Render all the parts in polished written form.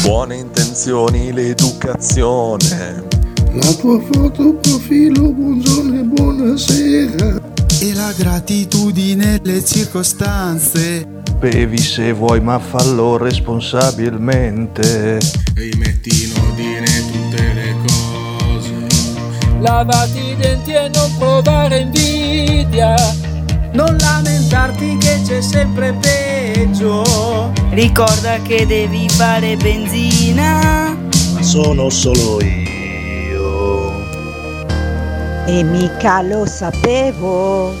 buone intenzioni, l'educazione. La tua foto profilo, buongiorno e buonasera. E la gratitudine, le circostanze. Bevi se vuoi ma fallo responsabilmente. E metti in ordine tutte le cose. Lavati i denti e non provare invidia. Non lamentarti che c'è sempre peggio. Ricorda che devi fare benzina. Ma sono solo io. E mica lo sapevo.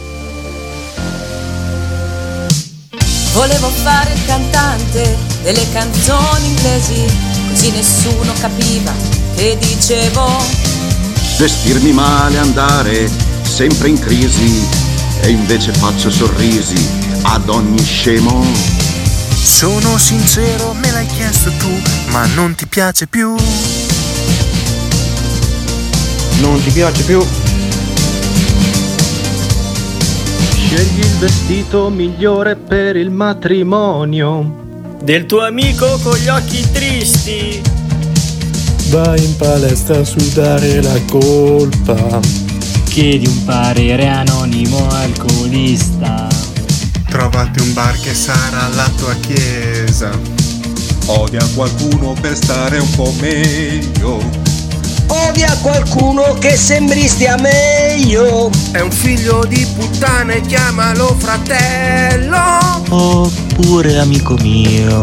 Volevo fare il cantante delle canzoni inglesi, così nessuno capiva che dicevo. Vestirmi male, andare sempre in crisi, e invece faccio sorrisi ad ogni scemo. Sono sincero, me l'hai chiesto tu, ma non ti piace più. Non ti piace più? Scegli il vestito migliore per il matrimonio. Del tuo amico con gli occhi tristi. Vai in palestra a sudare la colpa. Chiedi un parere anonimo alcolista. Trovati un bar che sarà la tua chiesa. Odia qualcuno per stare un po' meglio. Odia qualcuno che sembri stia meglio. È un figlio di puttana e chiamalo fratello. Oppure amico mio,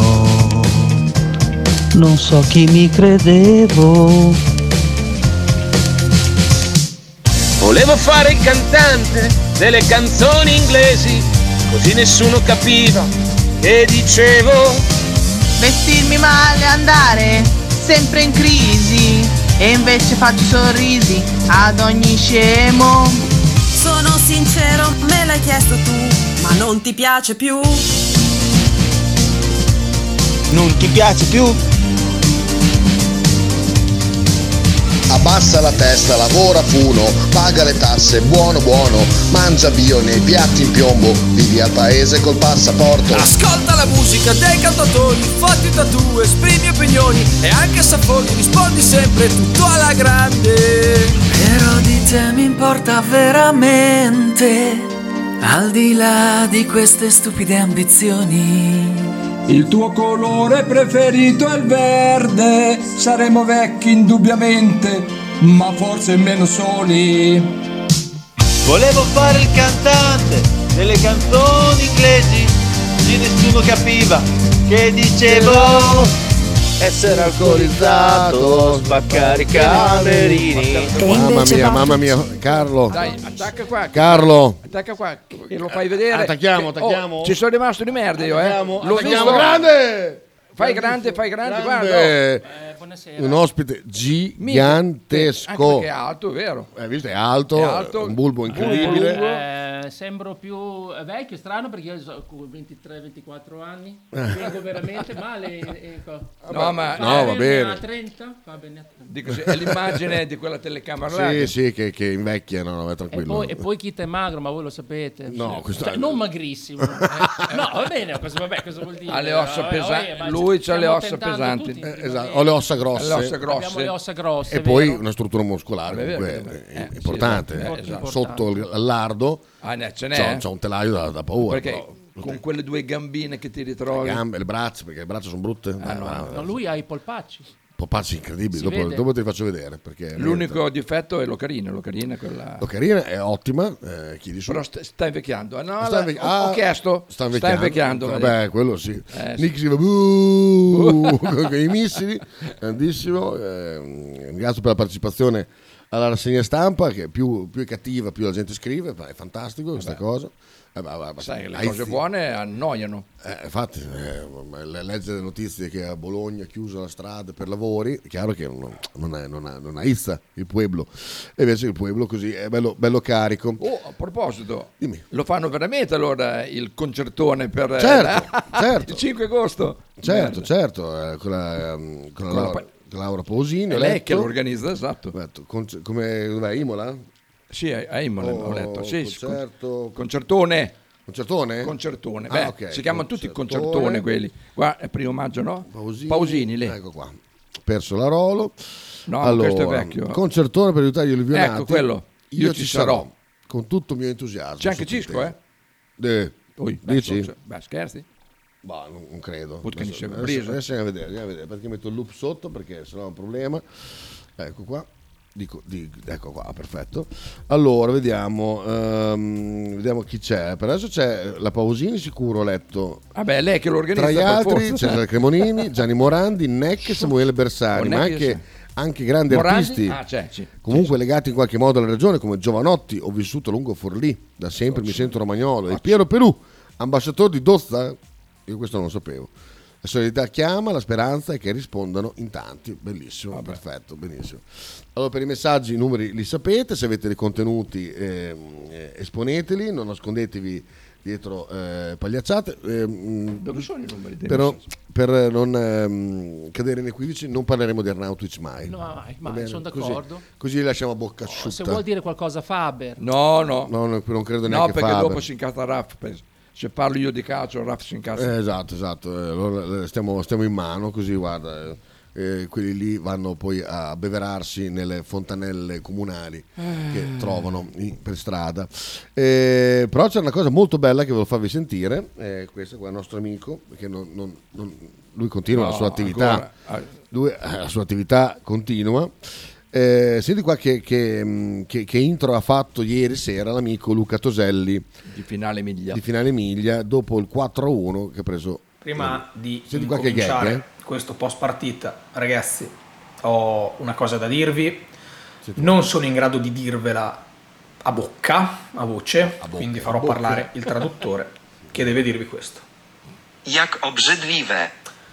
non so chi mi credevo. Volevo fare il cantante delle canzoni inglesi, così nessuno capiva che dicevo. Vestirmi male, andare sempre in crisi, e invece faccio sorrisi ad ogni scemo. Sono sincero, me l'hai chiesto tu, ma non ti piace più. Non ti piace più? Abbassa la testa, lavora funo, paga le tasse, buono buono, mangia bio nei piatti in piombo, vivi al paese col passaporto. Ascolta la musica dei cantatori, fatti tattoo, esprimi opinioni e anche Safoni rispondi sempre tutto alla grande. Però di te mi importa veramente, al di là di queste stupide ambizioni. Il tuo colore preferito è il verde, saremo vecchi indubbiamente, ma forse meno soli. Volevo fare il cantante delle canzoni inglesi, così nessuno capiva che dicevo. Essere alcolizzato, spaccare i camerini. Mamma mia, Carlo. Dai, attacca qua. Carlo. Attacca qua e lo fai vedere. Attacchiamo. Oh, ci sono rimasto di merda io, Attacchiamo, grande. Fai grande, guarda. Buonasera. Un ospite gigantesco. Anche perché è alto, è vero. Visto, è alto, un bulbo incredibile. Sembro più vecchio, strano, perché io ho 23-24 anni. Vengo veramente male. No, ma va bene. A 30? Va bene. Dico, è l'immagine di quella telecamera là. Sì, che invecchia, no, è tranquillo. E poi chi è magro, ma voi lo sapete. No, cioè, non magrissimo. No, va bene, cosa vuol dire? Ha le ossa pesanti. Lui c'ha le ossa pesanti. Esatto, ho le ossa grosse. Abbiamo le ossa grosse. E poi una struttura muscolare comunque importante. Sì, esatto. Sotto il lardo ce n'è. c'ho un telaio da paura. Perché con quelle due gambine che ti ritrovi. Le gambe, le braccia, perché le braccia sono brutte. No, lui ha i polpacci. Polpacci incredibili, dopo te li faccio vedere. Perché l'unico difetto è l'ocarina. L'ocarina è ottima, chiedi su. Però sta invecchiando. Ho chiesto. Sta invecchiando. Vabbè, quello sì. Nick si va con i missili, grandissimo. Ringrazio per la partecipazione alla rassegna stampa, che più è cattiva, più la gente scrive. È fantastico questa cosa. Sai, le cose buone annoiano. Infatti, leggere le notizie che a Bologna ha chiuso la strada per lavori, è chiaro che non aizza il pueblo. E invece il pueblo così è bello carico. A proposito, dimmi. Lo fanno veramente allora il concertone per certo. il 5 agosto? Certo, con Laura Pausini. È lei che lo organizza, esatto. Come Imola? Sì, a Imola ho letto. Sì, concertone. Concertone? Concertone. Ah, Beh, ok. si chiamano tutti concertone quelli. Qua è 1 maggio, no? Pausini lì. Ecco qua. Perso la Rolo. No, allora, questo è vecchio. Concertone per aiutare gli alluvionati. Ecco quello. Io ci sarò. Con tutto il mio entusiasmo. C'è anche Cisco, Dici? Beh, scherzi? Boh, non credo. Adesso andiamo a vedere, perché metto il loop sotto, perché sennò è un problema. Ecco qua. Ecco qua, perfetto. Allora, vediamo chi c'è. Per adesso c'è la Pausini, sicuro, ho letto. Vabbè, lei che lo organizza. Tra gli altri Cesare Cremonini, Gianni Morandi, Neck e Samuele Bersani, ma anche grandi artisti comunque legati in qualche modo alla regione, come Giovanotti, Ho vissuto lungo Forlì, da sempre mi sento romagnolo, e Piero Perù, ambasciatore di Dozza. Io questo non lo sapevo. La solidarietà chiama, la speranza è che rispondano in tanti. Bellissimo, perfetto, benissimo. Allora, per i messaggi, i numeri li sapete, se avete dei contenuti esponeteli, non nascondetevi dietro pagliacciate. Dove sono i numeri? Per non cadere in equivoci, non parleremo di Arnautovic mai. No, mai, sono d'accordo. Così lasciamo a bocca asciutta. Se vuol dire qualcosa Faber. No, non credo neanche no, perché Faber. dopo si incazza Raff. Se parlo io di calcio, Raff si incazza. Esatto. Allora, stiamo in mano, così guarda. Quelli lì vanno poi a beverarsi nelle fontanelle comunali che trovano per strada. Però c'è una cosa molto bella che volevo farvi sentire. Questo qua è il nostro amico, perché lui continua la sua attività. La sua attività continua. Senti qua che intro ha fatto ieri sera l'amico Luca Toselli di Finale Miglia dopo il 4-1 che ha preso. Prima di cominciare questo post partita, ragazzi, ho una cosa da dirvi. Non sono in grado di dirvela a voce, quindi farò parlare il traduttore che deve dirvi questo. Jak obrzydliwe.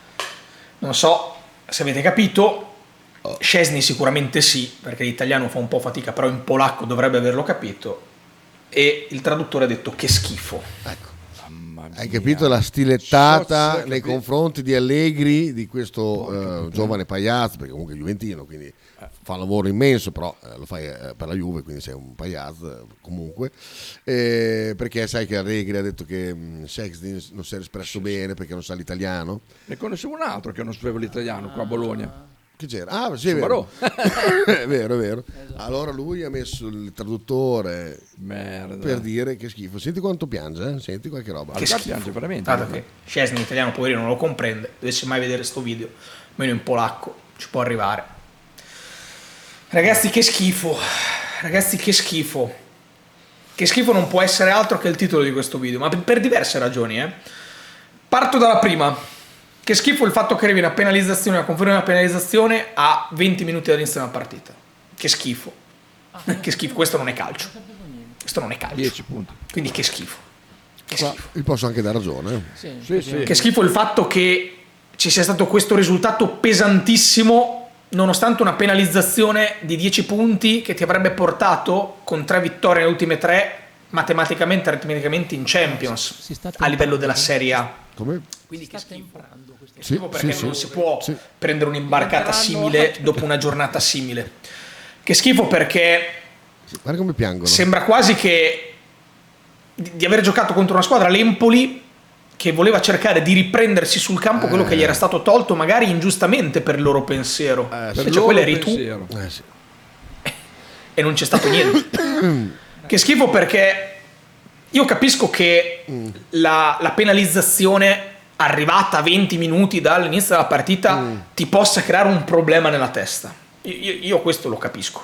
Non so se avete capito. Szczesny sicuramente sì, perché l'italiano fa un po' fatica, però in polacco dovrebbe averlo capito, e il traduttore ha detto che schifo. Ecco. Hai capito la stilettata nei confronti di Allegri, di questo giovane pagliazzo, perché comunque è juventino, quindi fa un lavoro immenso, però lo fai per la Juve, quindi sei un pagliazzo comunque, perché sai che Allegri ha detto che Szczesny non si è espresso bene perché non sa l'italiano. Ne conoscevo un altro che non sapeva l'italiano qua a Bologna. Che c'era? Ah, sì, è vero. È vero. Esatto. Allora lui ha messo il traduttore per dire che schifo. Senti quanto piange, senti qualche roba. Che piange veramente. Guarda che Szczesny in italiano poverino non lo comprende. Dovesse mai vedere sto video, meno in polacco ci può arrivare. Ragazzi, che schifo. Che schifo non può essere altro che il titolo di questo video, ma per diverse ragioni. Parto dalla prima. Che schifo il fatto che arrivi una penalizzazione, una conferma di una penalizzazione a 20 minuti dall'inizio della partita. Che schifo. Che schifo, questo non è calcio. 10 punti. Quindi che schifo. Vi posso anche dare ragione. Sì. Che schifo il fatto che ci sia stato questo risultato pesantissimo nonostante una penalizzazione di 10 punti che ti avrebbe portato con 3 vittorie nelle ultime 3 matematicamente, aritmeticamente in Champions a livello della Serie A. Come? Quindi che schifo. Perché non si può prendere un'imbarcata simile dopo una giornata simile. Che schifo perché guarda come piangono. Sembra quasi che di aver giocato contro una squadra, l'Empoli, che voleva cercare di riprendersi sul campo quello che gli era stato tolto magari ingiustamente per il loro pensiero. Invece quello eri tu e non c'è stato niente. Che schifo perché io capisco che la penalizzazione arrivata a 20 minuti dall'inizio della partita ti possa creare un problema nella testa. Io questo lo capisco.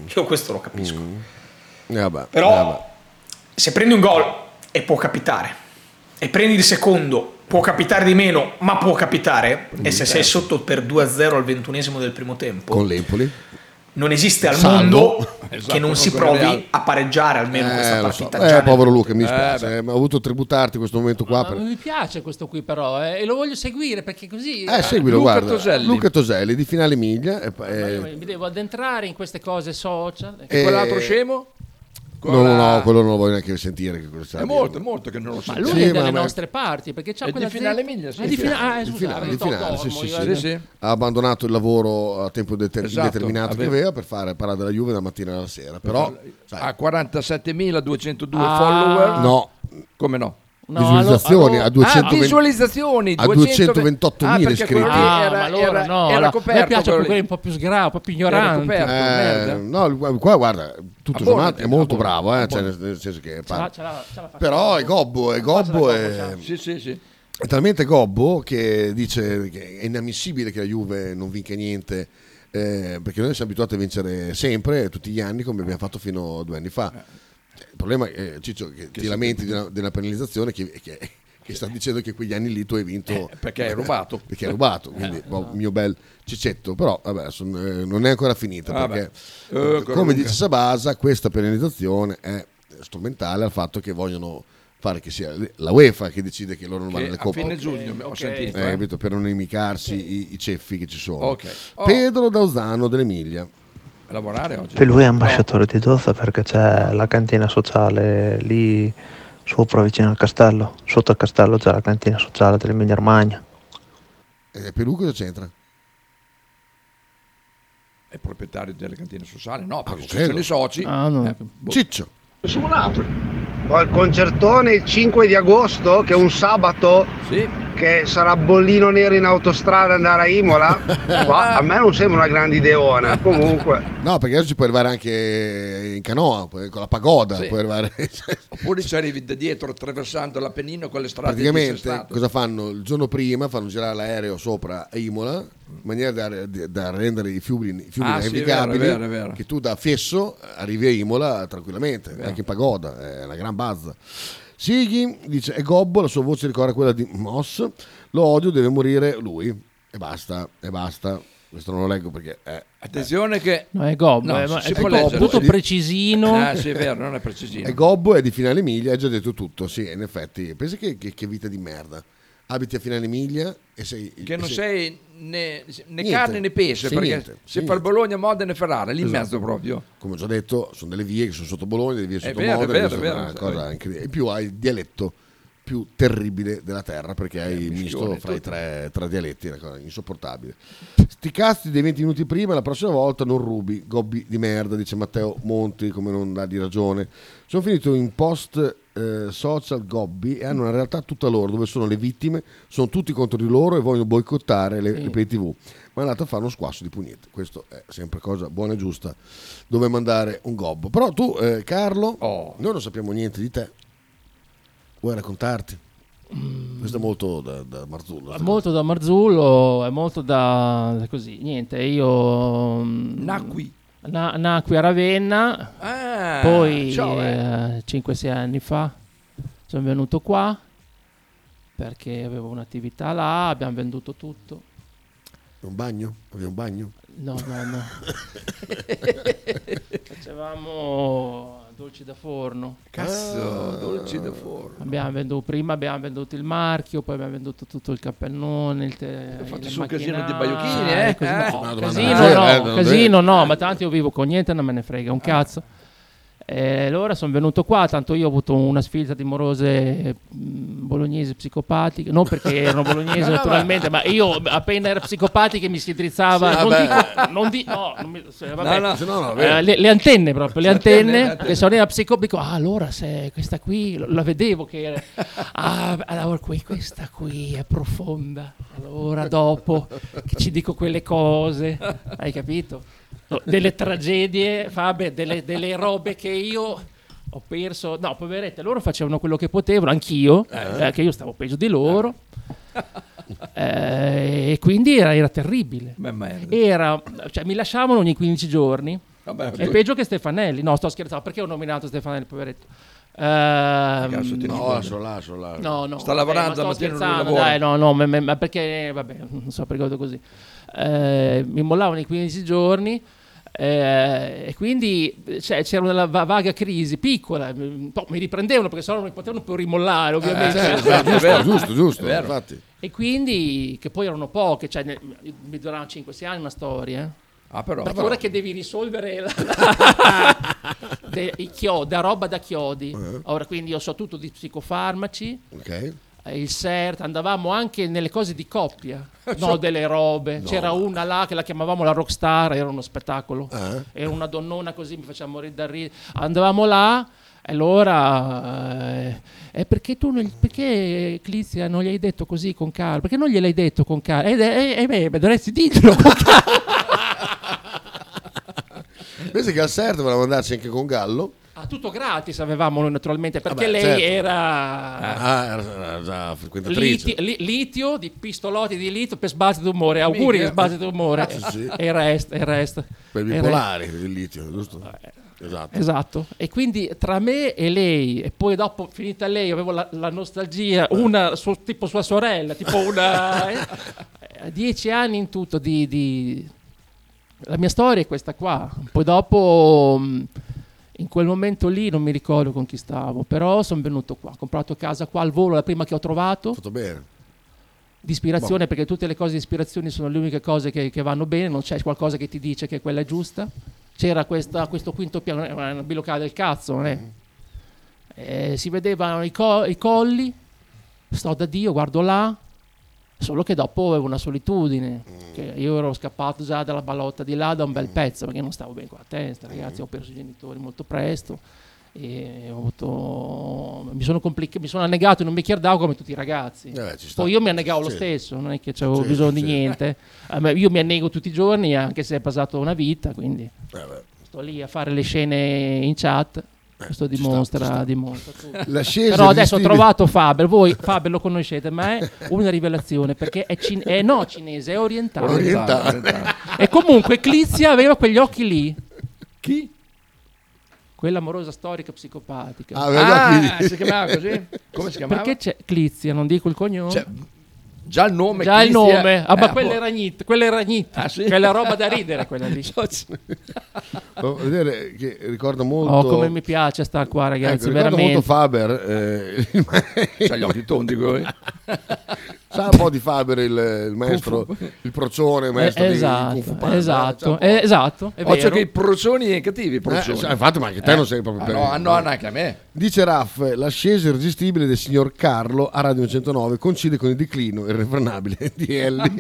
Però se prendi un gol e può capitare, e prendi il secondo può capitare di meno, ma può capitare, e se sei sotto per 2-0 al 21esimo del primo tempo con l'Empoli non esiste al mondo che non si provi a pareggiare almeno questa partita. So. Povero Luca, mi dispiace, ho avuto tributarti questo momento qua. Mi piace questo qui però, e lo voglio seguire perché così. Seguilo, guarda. Luca Toselli di Finale Miglia. Io mi devo addentrare in queste cose social. E quell'altro scemo? No, quello non lo voglio neanche sentire. Che è molto che non lo so. Ma lui è dalle nostre parti, perché c'ha quella di finale Emilia. Di finale, sì. Ha abbandonato il lavoro a tempo indeterminato che aveva per fare parlare della Juve da mattina alla sera. Però ha 47.202 follower. No. Come no? Visualizzazioni a 228.000 iscritti. Era coperto. A me piacciono quelli un po' più sgravo, un po' più ignoranti. No, qua guarda, tutto sommato è molto bravo, cioè, nel senso che però è gobbo sì. È talmente gobbo che dice che è inammissibile che la Juve non vinca niente, perché noi siamo abituati a vincere sempre, tutti gli anni, come abbiamo fatto fino a 2 anni fa. Il problema è, Ciccio, che ti lamenti della penalizzazione che sta dicendo che quegli anni lì tu hai vinto perché hai rubato. Perché hai rubato, quindi mio bel Cicetto. Però vabbè, non è ancora finita, perché come dice Sabasa, questa penalizzazione è strumentale al fatto che vogliono fare che sia la UEFA che decide che loro non vanno alle coppe. A fine giugno ho sentito. Per non inimicarsi i ceffi che ci sono. Pedro Dausano dell'Emilia. Lavorare oggi. Per lui è ambasciatore di Dozza perché c'è la cantina sociale lì sopra vicino al castello. Sotto al castello c'è la cantina sociale dell'Emilia Romagna. E per lui cosa c'entra? È proprietario delle cantine sociali? No, perché ci sono i soci. Ciccio. Ho il concertone il 5 di agosto, che è un sabato, che sarà bollino nero in autostrada andare a Imola. Ma a me non sembra una grande ideona, comunque. No, perché adesso ci puoi arrivare anche in canoa, con la pagoda. Puoi arrivare. Oppure ci arrivi da dietro attraversando l'Appennino con le strade. Praticamente cosa fanno? Il giorno prima fanno girare l'aereo sopra a Imola, in maniera da rendere i fiumi navigabili, è vero. che tu da Fesso arrivi a Imola tranquillamente, anche in pagoda, è una gran bazza. Sighi dice: è gobbo, la sua voce ricorda quella di Moss, lo odio, deve morire lui. E basta. Questo non lo leggo perché attenzione che no, è gobbo, è tutto precisino. Sì, è vero, non è precisino. È gobbo, è di Finale Emilia, hai già detto tutto. Sì, in effetti, pensa che vita di merda. Abiti a Finale Emilia e sei sei né carne né pesce, perché se fa il Bologna, Modena e Ferrara lì in mezzo proprio. Come ho già detto, sono delle vie che sono sotto Bologna, delle vie sotto È Modena, vero, una cosa incredibile. In più hai il dialetto più terribile della terra, perché hai il misto fra i tre dialetti, una cosa insopportabile. Sti cazzi dei 20 minuti prima, la prossima volta non rubi, gobbi di merda, dice Matteo Monti, come non dargli ragione. Sono finito in post social gobbi e hanno una realtà tutta loro, dove sono le vittime, sono tutti contro di loro e vogliono boicottare le pay TV, ma è andato a fare uno squasso di pugnette. Questo è sempre cosa buona e giusta dove mandare un gobbo. Però tu Carlo, noi non sappiamo niente di te, vuoi raccontarti? Questo è molto da Marzullo. Molto da Marzullo, è molto da così. Niente, io nacqui a Ravenna, poi 5-6 anni fa sono venuto qua perché avevo un'attività là, abbiamo venduto tutto. Un bagno? Avevi un bagno? No. Facevamo dolci da forno. Dolci da forno. Abbiamo venduto il marchio, poi abbiamo venduto tutto il cappellone, Ho fatto su un casino di baiocchini, casino no, ma tanto io vivo con niente, non me ne frega un cazzo. Allora sono venuto qua, tanto io ho avuto una sfilza di morose bolognesi psicopatiche, non perché erano bolognesi naturalmente, ma io appena ero psicopatiche mi si drizzava, le antenne proprio, le antenne che sono in psicopatico. Allora se questa qui la vedevo che era, allora questa qui è profonda, allora dopo che ci dico quelle cose, hai capito? Delle tragedie, delle robe che io ho perso. No, poverette, loro facevano quello che potevano, anch'io, che io stavo peggio di loro. E quindi era terribile. Mi lasciavano ogni 15 giorni. È peggio che Stefanelli. No, sto scherzando, perché ho nominato Stefanelli, poveretto? Lascio là. No, sta lavorando, ma sto scherzando, dai, ma perché, vabbè, non so perché ho detto così. Mi mollavano i 15 giorni e quindi c'era una vaga crisi piccola, mi riprendevano perché sennò non mi potevano più rimollare, ovviamente. Giusto, infatti. E quindi, che poi erano poche, mi duravano 5-6 anni una storia. Però ora che devi risolvere da roba da chiodi. Ora quindi io so tutto di psicofarmaci. Ok. Il CERT, andavamo anche nelle cose di coppia, no, delle robe. C'era una là che la chiamavamo la rockstar, era uno spettacolo. Era una donnona così, mi faceva morire da ridere. Andavamo là. E allora perché tu perché Clizia non gli hai detto così con Carlo? Perché non gliel'hai detto con Carlo? Dovresti dirlo con Carlo. Pensi che al CERT volevamo andarci anche con Gallo? Tutto gratis avevamo noi naturalmente, perché lei certo. era già frequentatrice. Litio, di pistolotti di litio per sbalzi d'umore. Auguri che sbalzi d'umore. Sì. E il resto. Per bipolari il litio, giusto? Esatto. E quindi tra me e lei, e poi dopo finita lei avevo la nostalgia, una tipo sua sorella, tipo una 10 anni in tutto la mia storia è questa qua. Poi dopo in quel momento lì non mi ricordo con chi stavo, però sono venuto qua, ho comprato casa qua al volo, la prima che ho trovato. Fatto bene. Di ispirazione, perché tutte le cose di ispirazione sono le uniche cose che vanno bene, non c'è qualcosa che ti dice che quella è giusta. C'era questo quinto piano, una bilocale del cazzo, non è? Si vedevano i colli, sto da Dio, guardo là, solo che dopo avevo una solitudine, che io ero scappato già dalla balotta di là da un bel pezzo, perché non stavo bene con la testa, ragazzi, ho perso i genitori molto presto, e mi sono annegato in un bicchiere d'acqua come tutti i ragazzi. Poi io mi annegavo lo stesso, non è che avevo bisogno di niente. Io mi annego tutti i giorni, anche se è passata una vita, quindi sto lì a fare le scene in chat. Questo dimostra tutto. Però adesso ho trovato Faber. Voi Faber lo conoscete, ma è una rivelazione, perché è cinese, è orientale. E comunque Clizia aveva quegli occhi lì. Chi? Quell'amorosa storica psicopatica. Si chiamava così? Come si chiamava? Perché c'è Clizia, non dico il cognome. Già il nome. Già il nome. Ma quella era Ragnit. Quella roba da ridere, quella lì. Vedere che ricorda molto. Oh, come mi piace star qua, ragazzi, veramente. Molto Faber. C'ha gli occhi tondi lui. Sa un po' di Faber il maestro, il procione, il maestro di Kung Fu Panda. Esatto. È vero. Cioè che i procioni e cattivi. Infatti, ma anche te non sei proprio per no, anche a me. Dice Raff, l'ascesa irresistibile del signor Carlo a Radio 109 coincide con il declino irrefrenabile di Ellie.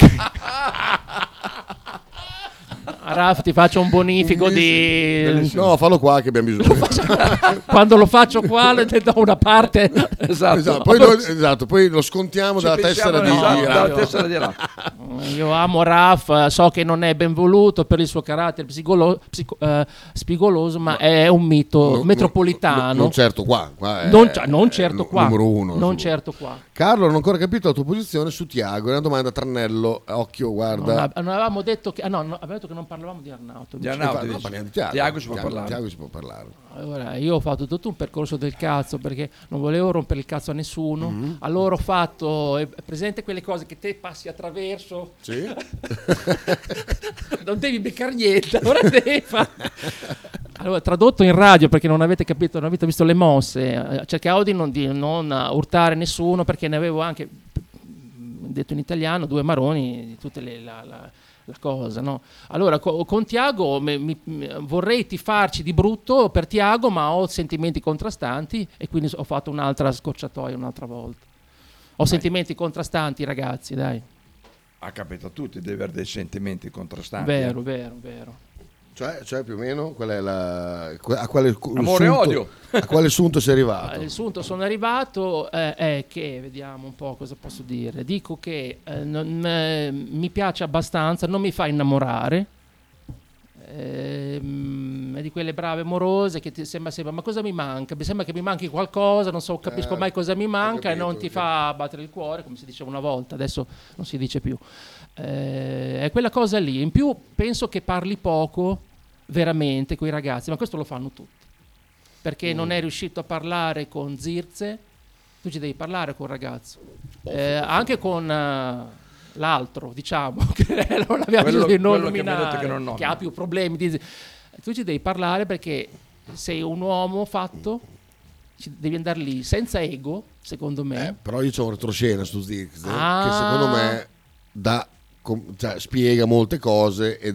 Raff, ti faccio un bonifico di... No, fallo qua che abbiamo bisogno. Quando lo faccio qua le do una parte. Esatto. Poi lo scontiamo dalla tessera di Raff. Io amo Raff, so che non è ben voluto per il suo carattere spigoloso, ma è un mito metropolitano. Non certo qua. Non certo qua. Numero uno. Non certo qua. Carlo, non ho ancora capito la tua posizione su Tiago. È una domanda a tranello. Occhio, guarda. Non avevamo detto che... avevamo detto che non parlavamo di Arnauto. Tiago si può parlare. Allora, io ho fatto tutto un percorso del cazzo, perché non volevo rompere il cazzo a nessuno. Allora ho fatto, presente quelle cose che te passi attraverso? Sì. Non devi beccare niente, ora devi fare. Allora, tradotto in radio, perché non avete capito, non avete visto le mosse, cercavo di non urtare nessuno, perché ne avevo anche, detto in italiano, 2 maroni di tutte la cosa, no? Allora con Tiago vorrei tifarci di brutto per Tiago, ma ho sentimenti contrastanti e quindi ho fatto un'altra scorciatoia un'altra volta. Ho sentimenti contrastanti, ragazzi, dai. Ha capito a tutti, deve avere dei sentimenti contrastanti. Vero. Cioè più o meno qual è a quale amore e odio. A quale assunto sei arrivato? Il assunto sono arrivato è che, vediamo un po' cosa posso dire. Dico che mi piace abbastanza, non mi fa innamorare. È di quelle brave amorose che ti sembra ma cosa mi manca? Mi sembra che mi manchi qualcosa, non so, capisco mai cosa mi manca, e non ti fa battere il cuore, come si diceva una volta, adesso non si dice più. È quella cosa lì. In più penso che parli poco veramente con i ragazzi, ma questo lo fanno tutti, perché non è riuscito a parlare con Zirze, tu ci devi parlare con il ragazzo, anche con l'altro, diciamo, che non abbiamo bisogno di non nominare, che ha più problemi tu ci devi parlare, perché sei un uomo fatto, devi andare lì senza ego, secondo me. Però io c'ho un retroscena su Zirze che secondo me dà spiega molte cose e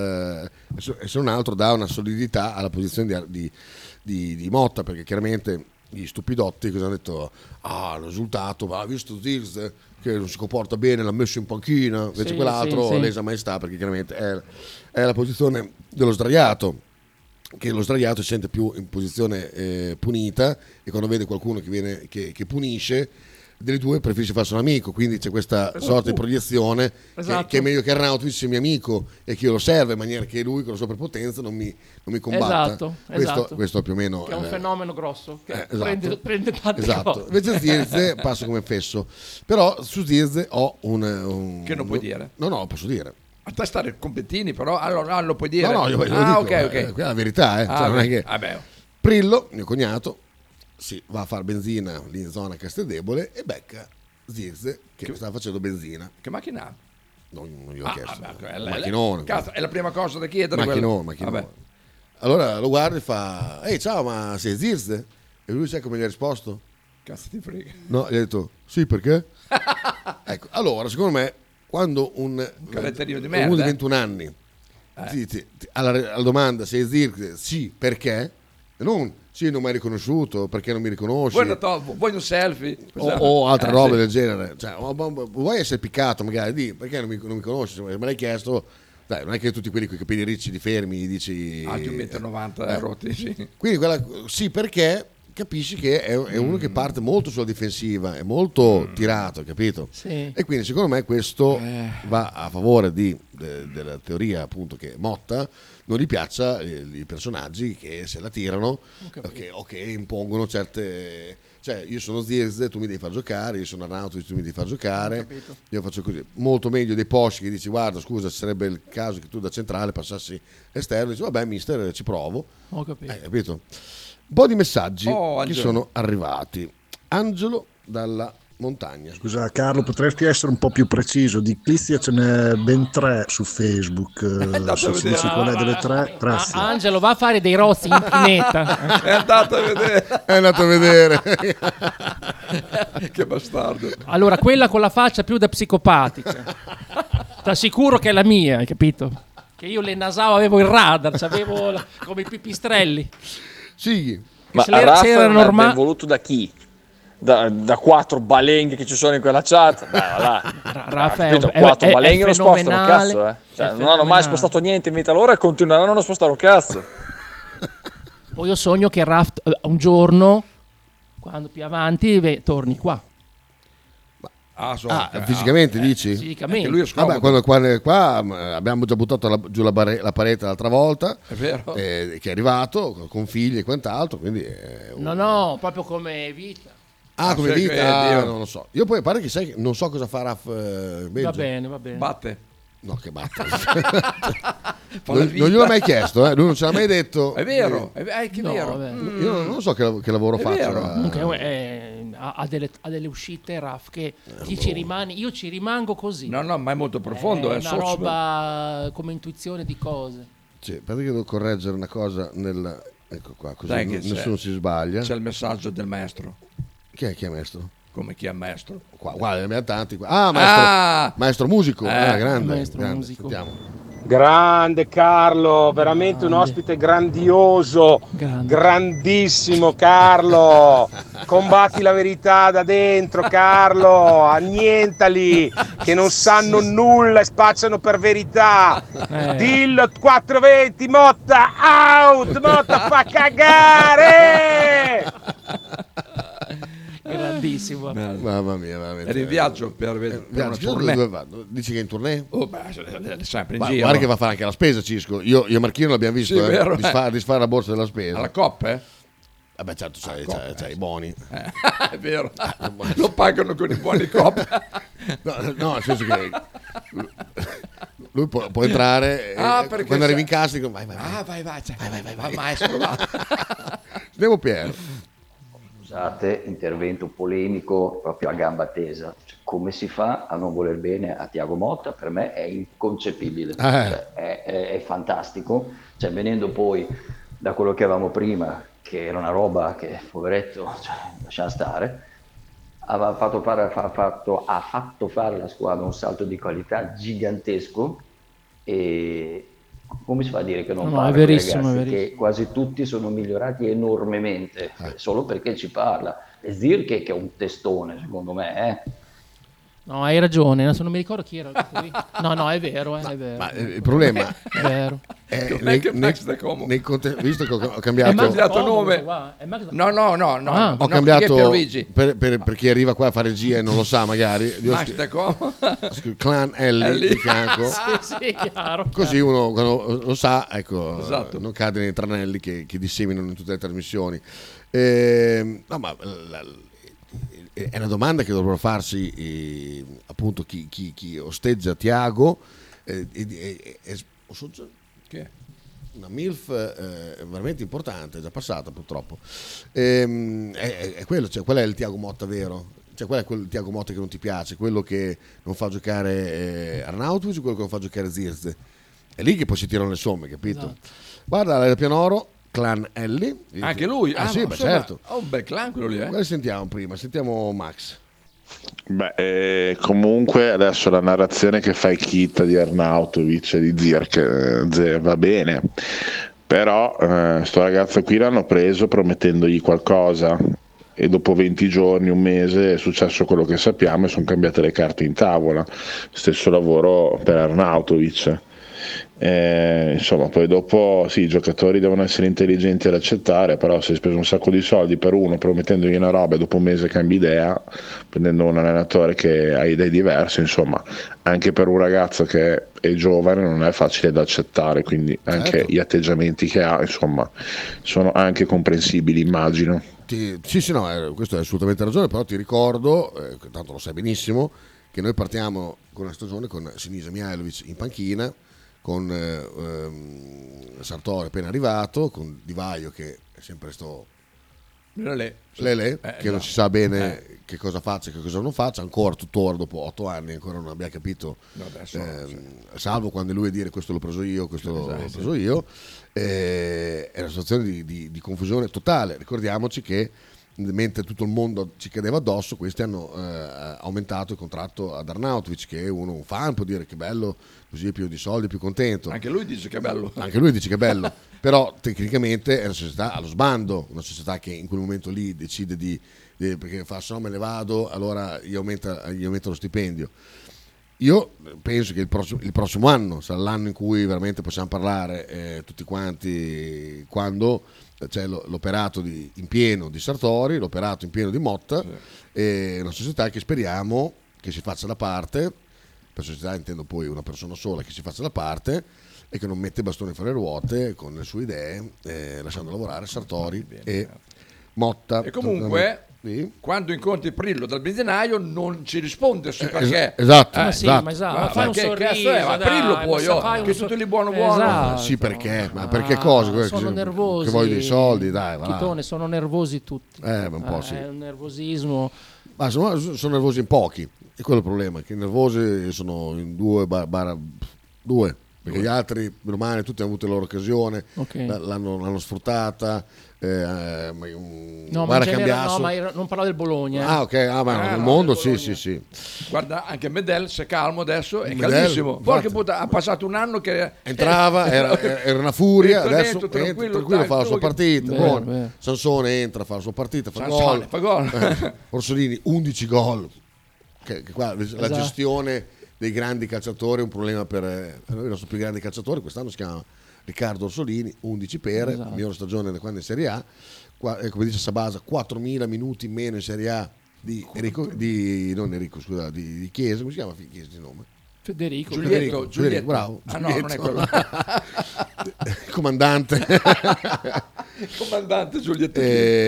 se non altro dà una solidità alla posizione di Motta, perché chiaramente gli stupidotti cosa hanno detto? Il risultato, ha visto Zirz che non si comporta bene, l'ha messo in panchina, invece quell'altro lesa maestà, perché chiaramente è la posizione dello sdraiato, che lo sdraiato si sente più in posizione punita, e quando vede qualcuno che punisce, delle due preferisce farsi un amico, quindi c'è questa sorta di proiezione che è meglio che Arnautovic sia mio amico e che io lo serva, in maniera che lui con la sua prepotenza non mi combatta. Questo più o meno che è un fenomeno grosso che esatto. prende tante cose. Invece Zirze passa come fesso, però su Zirze ho un che non puoi dire. No, posso dire. A te stare con Bettini, però allora lo puoi dire. No, io lo dico, ok. Quella è la verità, non è che Prillo, mio cognato, va a fare benzina lì in zona Casteldebole e becca Zirze che stava facendo benzina. Che macchina ha? Non gli ho chiesto. Macchinone. Cazzo, è la prima cosa da chiedere. Macchinone. Allora lo guarda e fa: ehi, ciao, ma sei Zirze? E lui sai come gli ha risposto? Cazzo ti frega. No, gli ha detto: sì, perché? Ecco, allora, secondo me, quando un caratterino di uno merda, di 21 anni alla domanda sei Zirze, sì, perché? Non sì, non mi hai riconosciuto, perché non mi riconosci? Vuoi un selfie? O altre robe del genere. Cioè, vuoi essere piccato magari? Perché non mi conosci? Me l'hai chiesto. Dai, non è che tutti quelli con i capelli ricci di fermi gli dici... di 1,90 m rotti, sì. Quindi sì, perché capisci che è uno che parte molto sulla difensiva, è molto tirato, capito? Sì. E quindi secondo me questo va a favore della teoria appunto che Motta non gli piaccia i personaggi che se la tirano o che impongono certe... Cioè io sono Zirze, tu mi devi far giocare, io sono Arnautovic, tu mi devi far giocare, io faccio così. Molto meglio dei Posci che dici guarda scusa sarebbe il caso che tu da centrale passassi esterno, dici vabbè mister ci provo. Ho capito. Capito? Un po' di messaggi che sono arrivati. Angelo dalla montagna. Scusa Carlo, potresti essere un po' più preciso? Di Clizia ce n'è ben 3 su Facebook. Se ci dici qual è delle 3, grazie. Angelo va a fare dei rozzi in pineta. È andato a vedere. Che bastardo. Allora quella con la faccia più da psicopatica, t'assicuro che è la mia, hai capito? Che io le nasavo, avevo il radar, avevo come i pipistrelli. Sì. Ma Raffa era ben voluto da chi? Da 4 balenghe che ci sono in quella chat. Raffaele, 4 balenghe non spostano cazzo, Cioè, non hanno mai spostato niente in vita loro e continueranno a non spostare un cazzo. Poi io sogno che Raff un giorno, quando più avanti, torni qua. Fisicamente dici? Fisicamente. Lui è vabbè, quando qua abbiamo già buttato giù la parete l'altra volta, è vero, che è arrivato con figli e quant'altro, quindi no, proprio come vita. Come vita, non lo so. Io poi pare che sai, non so cosa fa Raff Belgio. Va bene. Batte. No, che batte. non gliel'ho mai chiesto, lui non ce l'ha mai detto. È vero, è vero. Io non so che lavoro faccia. Comunque ha delle uscite Raff che ci rimani, io ci rimango così. No, ma è molto profondo. È una roba come intuizione di cose. Sì, perché devo correggere una cosa ecco qua, così nessuno si sbaglia. C'è il messaggio del maestro. Chi è maestro? Come chi è maestro? Qua ne abbiamo tanti. Maestro musico. Grande. Musico. Sentiamo. Grande Carlo, veramente un ospite grandioso, grandissimo Carlo, combatti la verità da dentro Carlo, annientali che non sanno nulla e spacciano per verità, dillo 420 Motta out, Motta fa cagare! Grandissimo. Mamma mia, veramente. Era in viaggio per vedere una tournée. Dici che è in tournée? Sempre in giro. Guarda che va a fare anche la spesa, Cisco. Io e Marchino l'abbiamo visto disfare la borsa della spesa. Alla COP, Vabbè, certo, c'hai i buoni. È vero. Lo pagano con i buoni COP. No, nel senso che lui può entrare quando arrivi in casa dico vai. Vai maestro, va. Andiamo Piero. Scusate, intervento polemico proprio a gamba tesa. Cioè, come si fa a non voler bene a Thiago Motta? Per me è inconcepibile, cioè, è fantastico. Cioè, venendo poi da quello che avevamo prima, che era una roba che, poveretto, lasciamo stare, ha fatto fare alla squadra un salto di qualità gigantesco, e come si fa a dire che non parla? È verissimo, ragazzi, è verissimo. che quasi tutti sono migliorati enormemente solo perché ci parla. E Zirkzee che è un testone secondo me, No, hai ragione, adesso non mi ricordo chi era. No, è vero, è vero. Ma il problema è vero. Visto che ho cambiato nome. No. Ho cambiato per chi arriva qua a fare regia e non lo sa magari. Clan L di fianco. Sì, chiaro. Così uno quando lo sa, ecco, Esatto. non cade nei tranelli che disseminano in tutte le trasmissioni. No, ma è una domanda che dovrebbero farsi appunto chi osteggia Thiago. Che è? Una MILF veramente importante, è già passata purtroppo. È quello, cioè, qual è il Thiago Motta vero? Cioè, qual è quel Thiago Motta che non ti piace? Quello che non fa giocare Arnautovic o quello che non fa giocare Zirkzee? È lì che poi si tirano le somme, capito? Esatto. Guarda, la Pianoro, Clan Elli. Anche lui? Sì, beh, certo. Un bel clan quello lì, Quale sentiamo prima? Sentiamo Max. Comunque adesso la narrazione che fa Kita di Arnautovic e di Zirkzee va bene, però sto ragazzo qui l'hanno preso promettendogli qualcosa e dopo 20 giorni, un mese è successo quello che sappiamo e sono cambiate le carte in tavola. Stesso lavoro per Arnautovic. Insomma, poi dopo sì, i giocatori devono essere intelligenti ad accettare, però se hai speso un sacco di soldi per uno promettendogli una roba e dopo un mese cambi idea prendendo un allenatore che ha idee diverse, insomma anche per un ragazzo che è giovane non è facile da accettare, quindi anche gli atteggiamenti che ha, insomma, sono anche comprensibili, immagino. Sì, no, questo hai assolutamente ragione, però ti ricordo, tanto lo sai benissimo, che noi partiamo con una stagione con Sinisa Mihajlovic in panchina, con Sartori appena arrivato, con Di Vaio che è sempre Lele, che non si sa bene che cosa faccia e che cosa non faccia, ancora tuttora dopo 8 anni ancora non abbia capito, salvo quando lui dire questo l'ho preso io, è una situazione di confusione totale. Ricordiamoci che mentre tutto il mondo ci cadeva addosso, questi hanno aumentato il contratto ad Arnautovic, che è un fan, può dire che bello, così è più di soldi, più contento. Anche lui dice che è bello. Però tecnicamente è una società allo sbando, una società che in quel momento lì decide perché fa se no me ne vado, allora gli aumenta lo stipendio. Io penso che il prossimo anno sarà l'anno in cui veramente possiamo parlare tutti quanti, quando c'è l'operato in pieno di Sartori, l'operato in pieno di Motta, e una società che speriamo che si faccia da parte, per società intendo poi una persona sola che si faccia da parte e che non mette bastoni fra le ruote con le sue idee, lasciando lavorare Sartori e Motta. E comunque quando incontri Prillo dal benzinaio non ci risponde su perché. Esatto. Ma fai un sorriso, ma Prillo puoi, che tutto lì buono. Esatto. Sì, perché? Ma perché cosa? Sono nervosi. Che voglio dei soldi, dai. Chitone, sono nervosi tutti. Un po' sì. È un nervosismo. Ma sono nervosi in pochi, è quello il problema, che i nervosi sono in due, perché gli altri, meno tutti hanno avuto la loro occasione, l'hanno sfruttata. Ma non parlo del Bologna. Nel mondo sì. Guarda, anche Medel si è calmo adesso, è calmissimo. Ha passato un anno che entrava, era una furia, adesso tranquillo, fa la sua partita. Sansone entra, fa la sua partita, fa gol. Orsolini 11 gol. Che qua la gestione dei grandi calciatori è un problema per il nostro più grande calciatore, quest'anno si chiama Riccardo Orsolini, 11 migliore stagione da quando in Serie A, come dice Sabasa, 4.000 minuti in meno in Serie A di Chiesa, come si chiama Chiesa di nome? Giulietto, bravo. No, non è quello. Comandante Giulietto.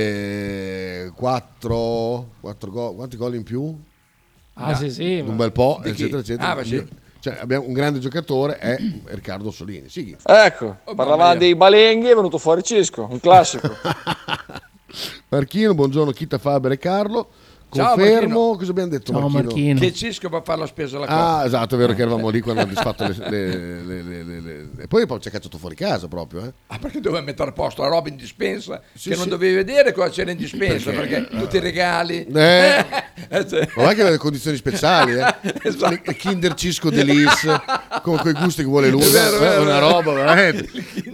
4 gol, quanti gol in più? Sì, un bel po', eccetera. Cioè, abbiamo un grande giocatore, è Riccardo Orsolini. Ecco, parlavamo dei balenghi, è venuto fuori Cisco, un classico. Marchino, buongiorno Chita, Faber e Carlo. Confermo, cosa abbiamo detto? Ciao, Marchino. Che Cisco va a fare la spesa alla Coop. Esatto, è vero che eravamo lì quando hanno disfatto le... E poi ci ha cacciato fuori casa proprio. Perché doveva mettere a posto la roba in dispensa, non dovevi vedere cosa c'era in dispensa, perché tutti i regali. Ma anche le condizioni speciali, Esatto. Il Kinder Cisco Delice con quei gusti che vuole lui, È vero, una roba veramente.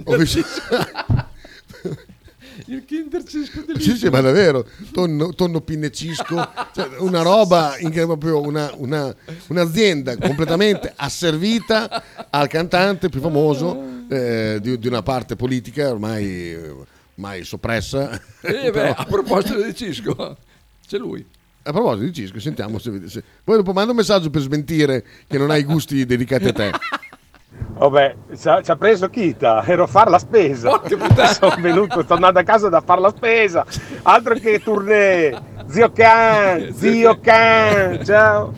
Il Kinder Cisco Sì, ma davvero, tonno pinne Cisco, cioè una roba proprio un'azienda completamente asservita al cantante più famoso di una parte politica ormai soppressa. A proposito di Cisco, c'è lui. A proposito di Cisco, sentiamo poi dopo manda un messaggio per smentire che non hai i gusti dedicati a te. Vabbè, ci ha preso Kita, ero a fare la spesa. Sto andando a casa da fare la spesa. Altro che tournée. Zio Can, ciao.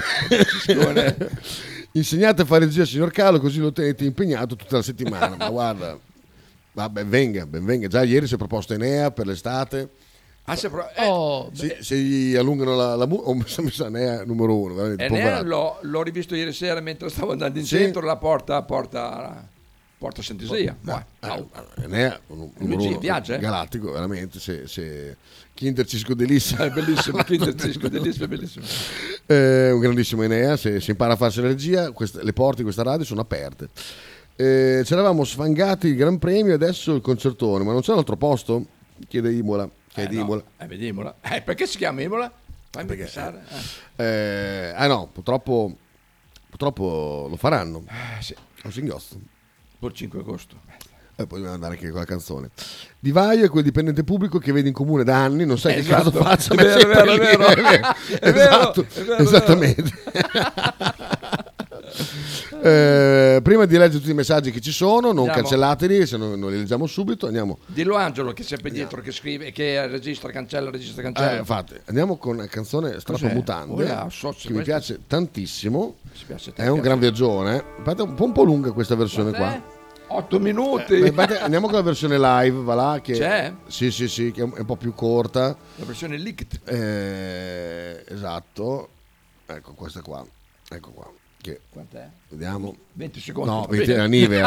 Insegnate a fare regia, signor Calo, così lo tenete impegnato tutta la settimana. Ma guarda, ben venga. Già ieri si è proposto Enea per l'estate. Se gli allungano la Enea numero 1. Veramente, Enea l'ho rivisto ieri sera mentre stavo andando in centro, la porta Sant'Isia. Enea numero 1 piace, galattico, veramente. Se Kinder Cisco Delice è bellissimo. Kinder Cisco Delice è bellissimo. Un grandissimo Enea. Se si impara a farsi energia, le porte di questa radio sono aperte. Ci eravamo sfangati il Gran Premio, adesso il concertone, ma non c'è un altro posto? Chiede Imola. Vedi Imola. Perché si chiama Imola? Fammi pensare. No, purtroppo lo faranno. Sì. A Singhiozzo. Per 5 agosto. Poi dobbiamo andare anche con la canzone. Di Vaio è quel dipendente pubblico che vedi in comune da anni, non sai che caso faccia. È vero. Esatto, esattamente. Prima di leggere tutti i messaggi che ci sono, non cancellateli, se non li leggiamo subito. Andiamo. Dillo Angelo che è sempre dietro, che scrive, che registra, cancella. Infatti, andiamo con una canzone Strappo Mutande che mi piace tantissimo. È un gran viaggione. Un po' lunga questa versione qua. 8 minuti. Andiamo con la versione live, va là, che c'è? Sì, che è un po' più corta. La versione leaked. Esatto. Ecco questa qua. Ecco qua. Che, quant'è? Vediamo. 20 secondi. No, 20 la Nivea.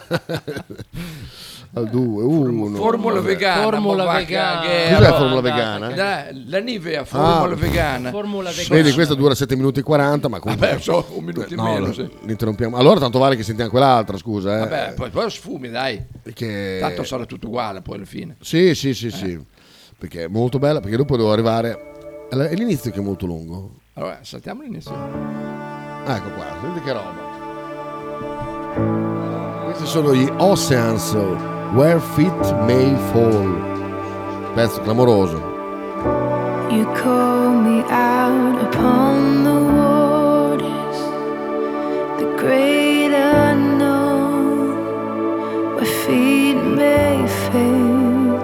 Al 2, 1. Formula vegana. Cos'è Formula vegana? La Nivea, Formula vegana. Vedi, questa dura 7 minuti e 40, ma comunque... Vabbè, so, un minuto in meno. L'interrompiamo. Allora tanto vale che sentiamo quell'altra, scusa. Vabbè, poi sfumi, dai. Tanto sarà tutto uguale poi alla fine. Sì. Perché è molto bella, perché dopo devo arrivare... È l'inizio che è molto lungo. Allora, saltiamo l'inizio. Ecco qua, vedete che roba. Questi sono gli Oceans, Where Feet May Fall. Pezzo clamoroso. You call me out upon the waters, the great unknown, where feet may fail,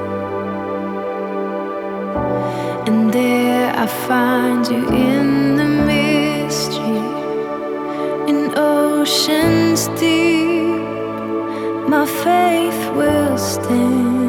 and there I find you in the mystery, in oceans deep, my faith will stand.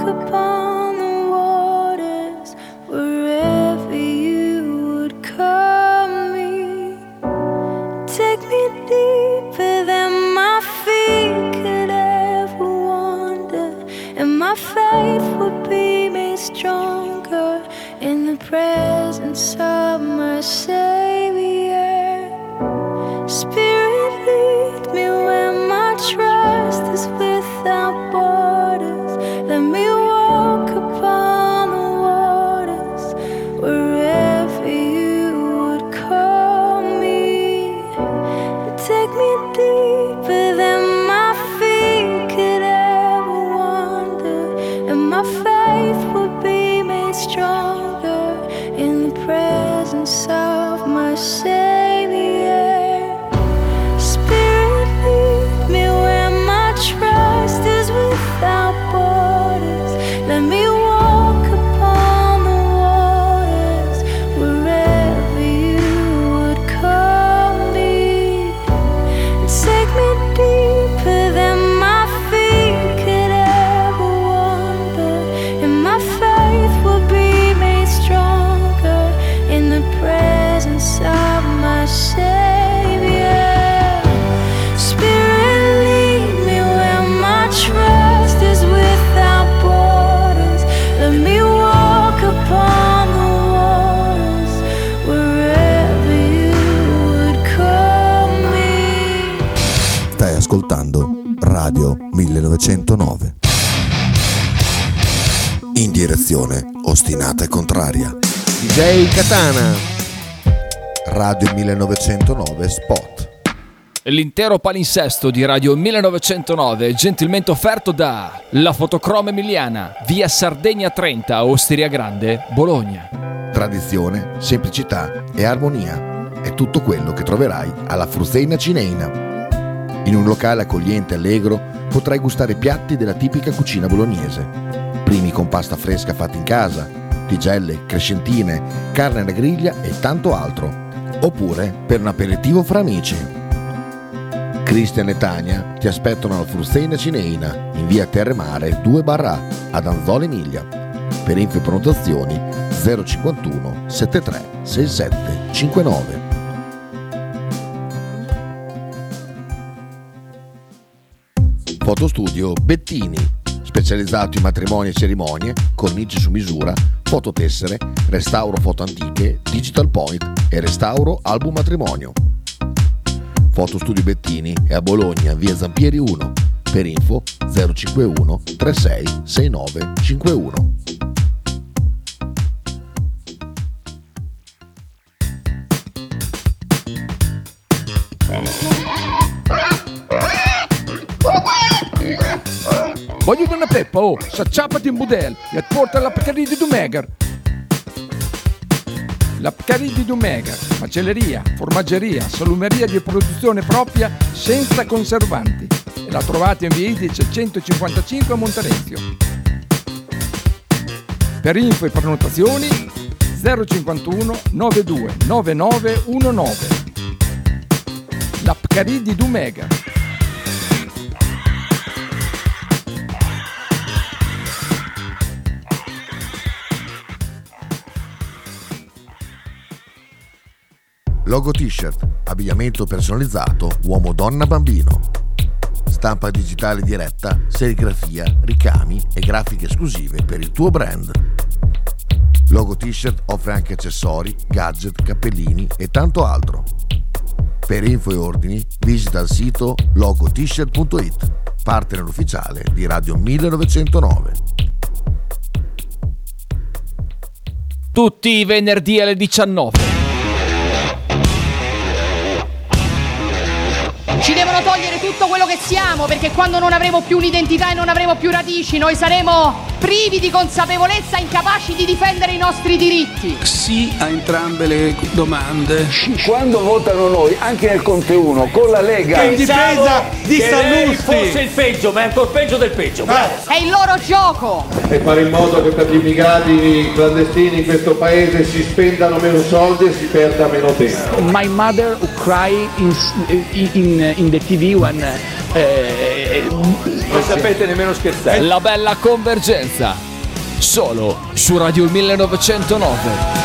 upon the waters wherever you would call me. Take me deeper than my feet could ever wander, and my faith would be made stronger in the presence of my Savior. Spirit, lead me where my trust is without borders. Let me walk upon the waters wherever you would call me. Take me deeper than my feet could ever wander, and my faith would be made stronger in the presence of my Savior. Spirit, lead me where my trust is without borders. Let me walk upon the waters wherever you would call me. Take me deeper than my feet could ever wander, and my faith will be made stronger in the presence of my Savior. Spirit, lead me where my trust is without borders. Let me walk upon the waters wherever you would call me. Stai ascoltando Radio 1909. In direzione ostinata e contraria. DJ Katana. Radio 1909 Spot. L'intero palinsesto di Radio 1909 gentilmente offerto da La Fotocroma Emiliana, via Sardegna 30, Osteria Grande, Bologna. Tradizione, semplicità e armonia è tutto quello che troverai alla Fruzeina Cineina. In un locale accogliente e allegro potrai gustare piatti della tipica cucina bolognese. Primi con pasta fresca fatta in casa, tigelle, crescentine, carne alla griglia e tanto altro. Oppure per un aperitivo fra amici. Cristian e Tania ti aspettano alla Fruzeina Cineina in via Terremare 2/A ad Anzola Emilia. Per info e prenotazioni 051 73 67 59. Fotostudio Bettini, specializzato in matrimoni e cerimonie, cornici su misura, fototessere, restauro foto antiche, digital point e restauro album matrimonio. Fotostudio Bettini è a Bologna, via Zampieri 1. Per info 051 36 69 51. Voglio una peppa, oh, s'acciappati in budel e porta la Pcaridi di Dumegar. La Pcaridi di Dumegar, macelleria, formaggeria, salumeria di produzione propria senza conservanti. E la trovate in via Idice 155 a Monterezio. Per info e prenotazioni 051 92 9919. La Pcaridi di Dumegar. Logo t-shirt, abbigliamento personalizzato uomo, donna, bambino. Stampa digitale diretta, serigrafia, ricami e grafiche esclusive per il tuo brand. Logo t-shirt offre anche accessori, gadget, cappellini e tanto altro. Per info e ordini visita il sito logotshirt.it, partner ufficiale di Radio 1909. Tutti i venerdì alle 19. Ci devono togliere tutto quello che siamo, perché quando non avremo più un'identità e non avremo più radici, noi saremo privi di consapevolezza, incapaci di difendere i nostri diritti. Sì a entrambe le domande. Quando votano noi, anche nel Conte 1, con la Lega, in difesa di Sallusti, fosse il peggio, ma è ancora peggio del peggio. È il loro gioco. E fare in modo che per gli immigrati clandestini in questo paese si spendano meno soldi e si perda meno tempo. My mother cry in the TV when Non sapete nemmeno scherzare. La bella convergenza, solo su Radio 1909.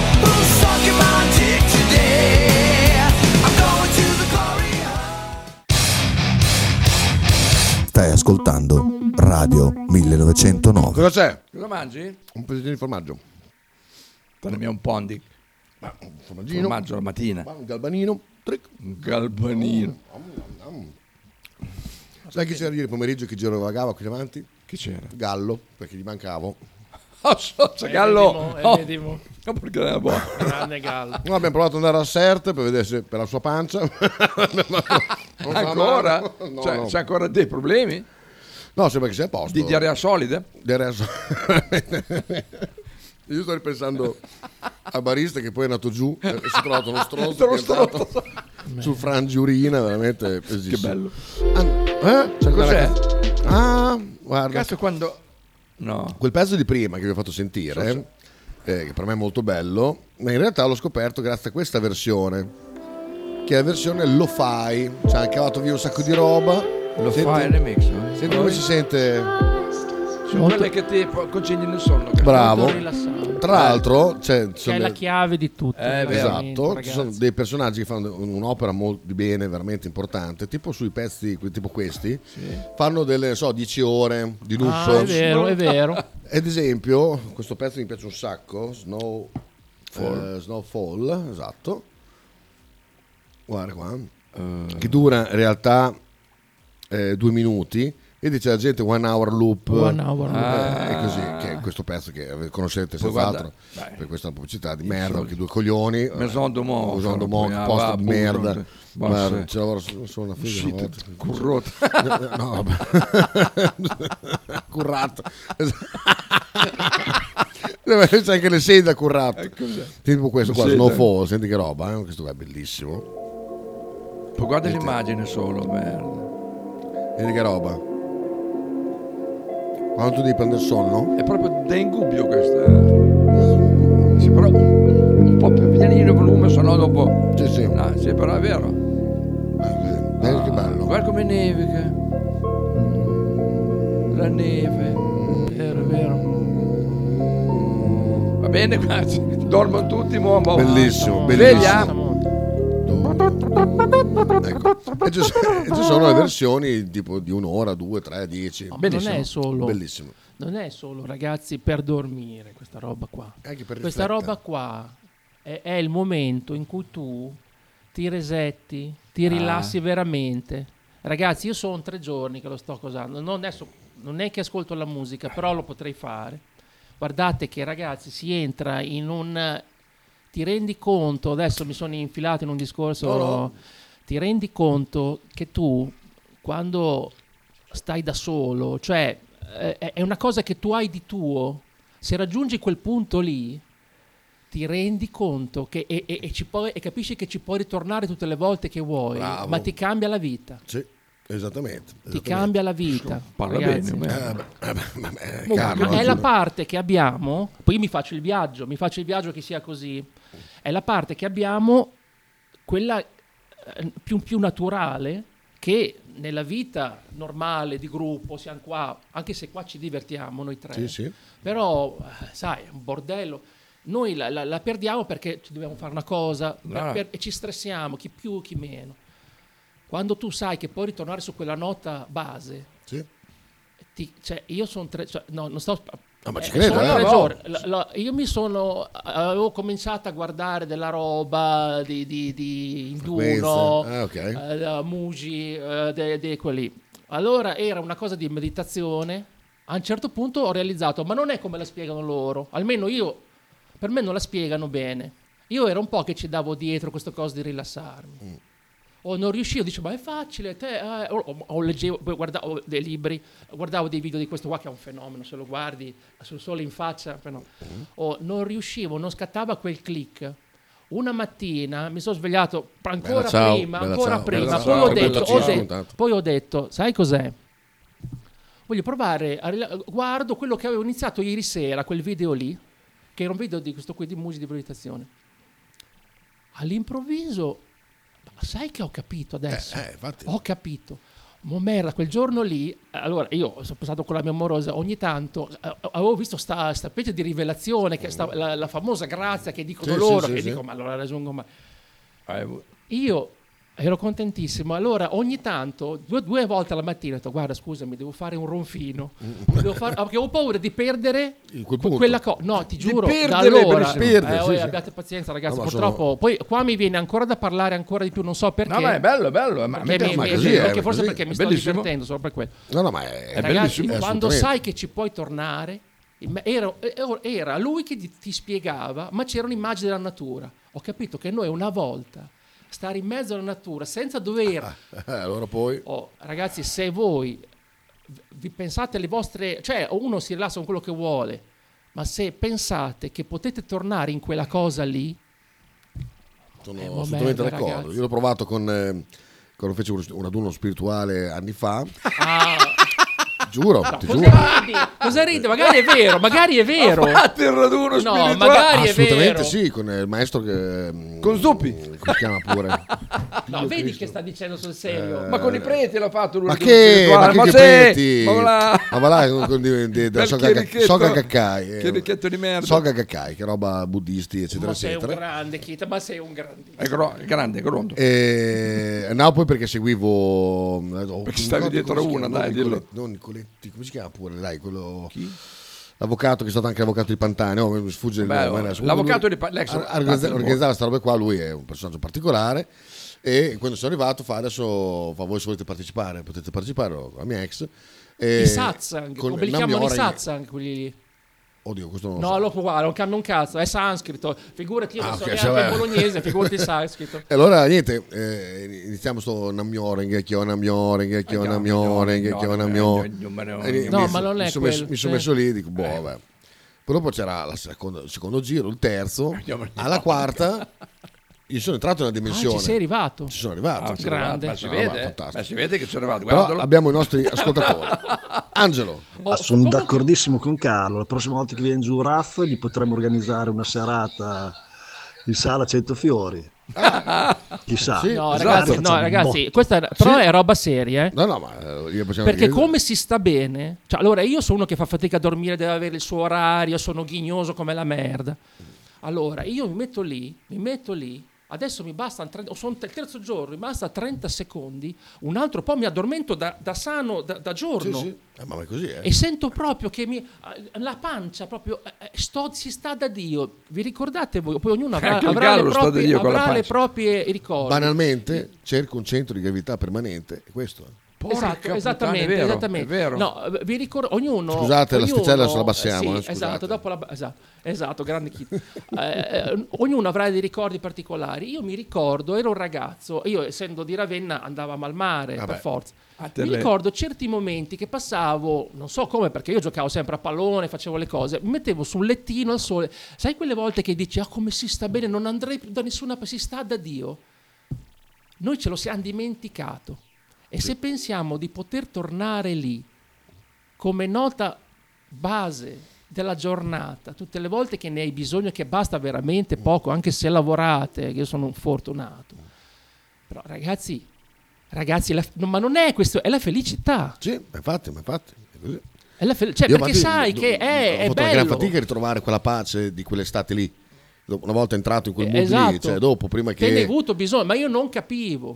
Stai ascoltando Radio 1909. Cosa c'è? Cosa mangi? Un pezzettino di formaggio. Tornami un pondi. Un formaggino. Formaggio la mattina. Un galbanino. Un galbanino. Sai chi c'era ieri pomeriggio che girovagava qui davanti? Chi c'era? Gallo, perché gli mancavo. C'è Gallo. Vediamo. No, perché era buono. Grande Gallo. No, abbiamo provato ad andare a Serte per vedere se per la sua pancia. Ancora? No, Cioè, no. c'è ancora dei problemi? No, sembra che sia a posto. Di diarrea solide? Io sto ripensando al barista che poi è andato giù e si è trovato uno stronzo piantato sul frangiurina, veramente pesissimo. Che bello. C'è Cos'è? Guarda. Cazzo, quando... No. Quel pezzo di prima che vi ho fatto sentire, che per me è molto bello, ma in realtà l'ho scoperto grazie a questa versione, che è la versione lo-fi, cioè ha cavato via un sacco di roba. Lo-fi remix. Senti come si sente. Sono quelle che ti concedono il sonno. Bravo. rilassante. Tra l'altro, Che è la chiave di tutto. Esatto, ci sono dei personaggi che fanno un'opera molto di bene, veramente importante, tipo sui pezzi tipo questi, fanno delle, non so, 10 ore di lusso. È vero, è vero. Ad esempio, questo pezzo mi piace un sacco, Snowfall, esatto. Guarda qua, che dura in realtà 2 minuti. E dice la gente one hour loop. È così, che è questo pezzo che conoscete senz'altro per questa pubblicità di merda, che 2 coglioni. Maison du Monde, posto di merda. Ma ci lavoro solo una figa. Currotto. No, vabbè. Currato. C'è anche le sedie da currato. Tipo questo qua, Snowfall, senti che roba, questo qua è bellissimo. Poi guarda l'immagine solo, merda. Vedi che roba. Quando tu devi prendere sonno? È proprio da ingubbio questa. Sì, però un po' più pianino il volume, sennò dopo. Sì. No, sì, però è vero. Che bello. Guarda come nevica. La neve. È vero. Va bene, guarda, dormono tutti, Bellissimo, Sveglia. Ecco. E ci sono le versioni tipo di 1 ora, 2, 3, 10. Non è solo, bellissimo. Non è solo, ragazzi, per dormire questa roba qua. Anche per questa roba qua è il momento in cui tu ti resetti, ti rilassi veramente. Ragazzi, io sono 3 giorni che lo sto cosando. Non è che ascolto la musica, però lo potrei fare. Guardate che, ragazzi, si entra in un... Ti rendi conto, adesso mi sono infilato in un discorso, ti rendi conto che tu, quando stai da solo, cioè è una cosa che tu hai di tuo, se raggiungi quel punto lì, ti rendi conto che, e capisci che ci puoi ritornare tutte le volte che vuoi, ma ti cambia la vita. Sì. Esattamente. Ti cambia la vita. Parla ragazzi. bene. È la parte che abbiamo. Poi io mi faccio il viaggio che sia così. È la parte che abbiamo, quella più naturale, che nella vita normale di gruppo siamo qua, anche se qua ci divertiamo noi 3. Sì. Però, sai, è un bordello. Noi la perdiamo perché ci dobbiamo fare una cosa e ci stressiamo, chi più, chi meno. Quando tu sai che puoi ritornare su quella nota base, cioè io sono 3, cioè, no, non sto. No, ma ci credo, sono 3 giorni. Io avevo cominciato a guardare della roba di Induno, Muji, di quelli. Allora era una cosa di meditazione. A un certo punto ho realizzato, ma non è come la spiegano loro. Almeno per me non la spiegano bene. Io ero un po' che ci davo dietro questo coso di rilassarmi. O non riuscivo, dicevo, ma è facile, leggevo, guardavo dei libri, guardavo dei video di questo qua che è un fenomeno, se lo guardi solo in faccia, o non riuscivo, non scattava quel click. Una mattina mi sono svegliato ancora prima, poi ho detto, sai cos'è? Voglio provare guardo quello che avevo iniziato ieri sera, quel video lì, che era un video di questo qui di musica di meditazione. All'improvviso, sai che ho capito adesso? Ho capito. merda, quel giorno lì, allora io sono passato con la mia amorosa, ogni tanto avevo visto sta specie di rivelazione, che la famosa grazia che dicono loro, dico, ma allora raggiungo mai. Io ero contentissimo, allora ogni tanto, due volte alla mattina ho detto, guarda scusami, devo fare un ronfino, perché avevo paura di perdere quella cosa, no ti giuro, da allora, abbiate pazienza ragazzi, purtroppo, poi qua mi viene ancora da parlare ancora di più, non so perché. No, ma è bello, forse perché mi sto divertendo, solo per quello. No, ma è ragazzi, bellissimo. Quando sai che ci puoi tornare, era lui che ti spiegava, ma c'era un'immagine della natura, ho capito che noi una volta stare in mezzo alla natura senza dover allora poi ragazzi, se voi vi pensate le vostre, cioè uno si rilassa con quello che vuole, ma se pensate che potete tornare in quella cosa lì, sono assolutamente d'accordo, ragazzi. Io l'ho provato quando feci un raduno spirituale anni fa. Giuro, ti giuro. Cosa ridi? Magari è vero, Fate il raduno spirituale. Magari è vero. Assolutamente sì, con il maestro che... Con Zuppi. Come si chiama pure? No, vedi Cristo. Che sta dicendo sul serio. Ma con i preti l'ha fatto lui. Ma che preti? Ma va là con Soga Gakkai. Che richetto di merda. Soga Gakkai, che roba buddisti, eccetera, eccetera. Sei un grande, Kita, ma sei un grandissimo. È grande, grondo. No, poi perché seguivo... Perché stavi dietro una, dai, dillo. Non Nicoletti, come si chiama pure, dai, quello... Chi? L'avvocato che è stato anche avvocato di Pantani, mi sfugge il nome. L'avvocato di Pantani, organizzava questa roba qua, lui è un personaggio particolare e quando sono arrivato adesso voi se volete partecipare, potete partecipare con la mia ex. I satsang, come li chiamano i satsang quelli lì? Oddio, questo non lo so. No, non cambia un cazzo, è sanscrito. Figurati, io non so neanche bolognese, figurati il sanscrito. E allora niente, iniziamo sto Namyoreng, no, ma non è quello. Mi sono messo lì, dico, vabbè. Poi dopo c'era il secondo giro, il terzo, alla quarta... Io sono entrato nella dimensione. Ci sei arrivato? Ci sono arrivato. Grande. Ma si vede che ci sono arrivato. Però abbiamo i nostri ascoltatori. Angelo. Sono d'accordissimo con Carlo. La prossima volta che viene giù Raff gli potremmo organizzare una serata in sala 100 fiori. Chissà. Sì, no, ragazzi, questa però è roba seria. No, ma perché come si sta bene? Cioè, allora io sono uno che fa fatica a dormire, deve avere il suo orario, sono ghignoso come la merda. Allora io mi metto lì. Adesso mi basta, sono il terzo giorno, mi basta 30 secondi, un altro po' mi addormento da sano, da giorno. Sì. Ma è così, E sento proprio che la pancia proprio si sta da Dio. Vi ricordate voi? Poi ognuno avrà le proprie ricordi. Banalmente cerco un centro di gravità permanente, è questo. Esattamente. È vero. No, vi ricordo, ognuno. Scusate, l'asticella se la abbassiamo. Sì, esatto, grande kit. Ognuno avrà dei ricordi particolari. Io mi ricordo, ero un ragazzo, io essendo di Ravenna andavamo al mare per forza. Mi ricordo certi momenti che passavo, non so come, perché io giocavo sempre a pallone, facevo le cose, mi mettevo sul lettino al sole. Sai quelle volte che dici, come si sta bene, non andrei più da nessuna parte, si sta da Dio. Noi ce lo siamo dimenticato. E se pensiamo di poter tornare lì come nota base della giornata, tutte le volte che ne hai bisogno, che basta veramente poco, anche se lavorate, io sono un fortunato. Però ragazzi, ma non è questo, è la felicità. Sì, infatti, è così. Perché sai che è bello. Ho fatto una gran fatica a ritrovare quella pace di quell'estate lì. Una volta entrato in quel mood lì, cioè dopo, prima che... Te ne hai avuto bisogno, ma io non capivo,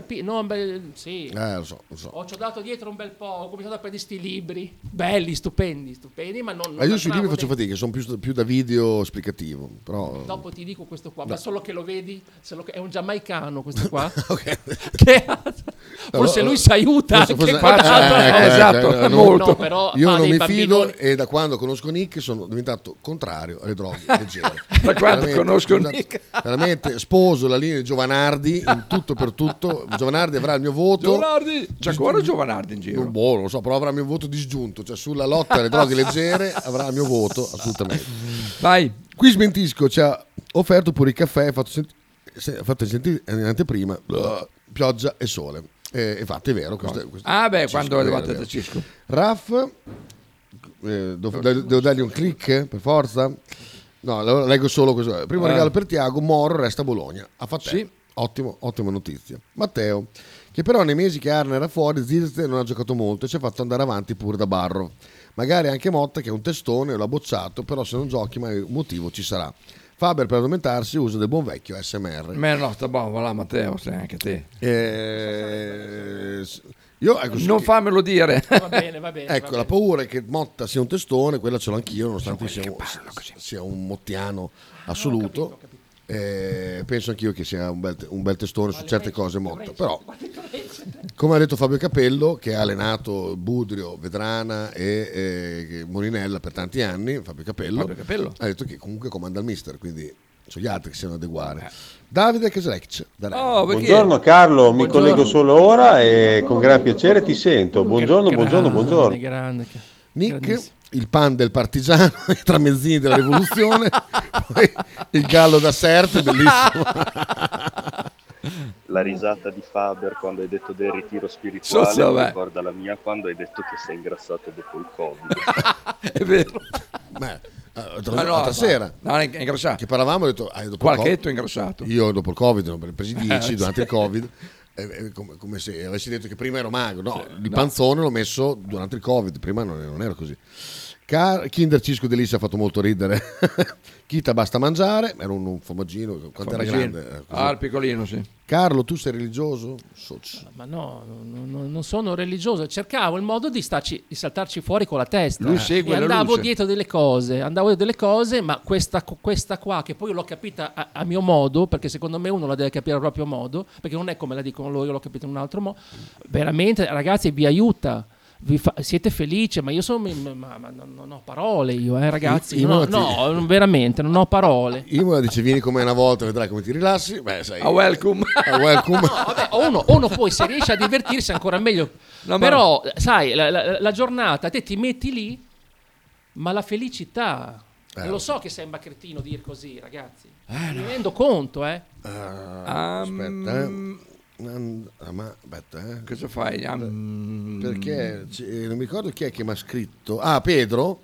sì. Lo so. Ci ho dato dietro un bel po', ho cominciato a prendere sti libri, belli, stupendi, ma non... Ma io sui libri faccio fatica, sono più da video esplicativo, però... Dopo ti dico questo qua, ma solo che lo vedi, è un giamaicano questo qua, okay. Che forse lui si aiuta anche esatto, molto. No, però io non mi fido e da quando conosco Nick sono diventato contrario alle droghe leggere. Da quando conosco Nick, veramente sposo la linea di Giovanardi in tutto per tutto. Giovanardi avrà il mio voto. C'è ancora Giovanardi in giro? Non lo so, però avrà il mio voto disgiunto, cioè sulla lotta alle droghe leggere avrà il mio voto assolutamente. Vai. Qui smentisco, ci ha offerto pure il caffè, fatto sentire in anteprima pioggia e sole. Infatti è vero. Questo quando è arrivato da Cisco. Raff, devo dargli un click per forza? No, leggo solo questo. Primo regalo per Tiago, Moro resta a Bologna. A Fatè. Sì. Ottima notizia. Matteo, che però nei mesi che Arne era fuori, Zirze non ha giocato molto e ci ha fatto andare avanti pure da Barro. Magari anche Motta che è un testone l'ha bocciato, però se non giochi mai un motivo ci sarà. Faber per addormentarsi usa del buon vecchio SMR. Ma no, sta buono, là Matteo, sei anche te. Non fammelo dire. Va bene. Ecco, la paura è che Motta sia un testone, quella ce l'ho anch'io, nonostante sia un mottiano assoluto. Penso anch'io che sia un bel testone su certe cose Motta, però come ha detto Fabio Capello, che ha allenato Budrio, Vedrana e Molinella per tanti anni, Fabio Capello ha detto che comunque comanda il mister, quindi sono gli altri che si devono adeguare. Davide Keselec. Buongiorno Carlo, mi collego solo ora e con gran piacere ti sento. Buongiorno. Grande. Nick, il pan del partigiano, i tramezzini della rivoluzione, poi il gallo da Serte, bellissimo. La risata di Faber quando hai detto del ritiro spirituale mi ricorda la mia quando hai detto che sei ingrassato dopo il Covid. È vero. L'altra sera è ingrassato. Che parlavamo, ho detto qualchetto ingrassato. Io dopo il Covid ne ho presi 10 durante il Covid. Come se avessi detto che prima ero magro, di panzone l'ho messo durante il Covid, prima non ero così. Kinder Cisco Delizia ha fatto molto ridere. Kita basta mangiare, era un formaggino, quanto era grande? Il piccolino, sì. Carlo, tu sei religioso? Ma no, non sono religioso, cercavo il modo di saltarci fuori con la testa. Lui segue e la andavo luce. dietro delle cose, ma questa qua, che poi l'ho capita a mio modo, perché secondo me uno la deve capire a proprio modo, perché non è come la dicono loro, io l'ho capita in un altro modo. Veramente, ragazzi, vi aiuta. Siete felici, ma io non ho parole ragazzi, veramente non ho parole. Io dice vieni con me una volta, vedrai come ti rilassi. A welcome. Uno poi se riesce a divertirsi ancora meglio, però sai la giornata te ti metti lì, ma la felicità lo so che sembra cretino dire così, ragazzi, mi rendo conto aspetta cosa fai? Perché non mi ricordo chi è che mi ha scritto. Pedro.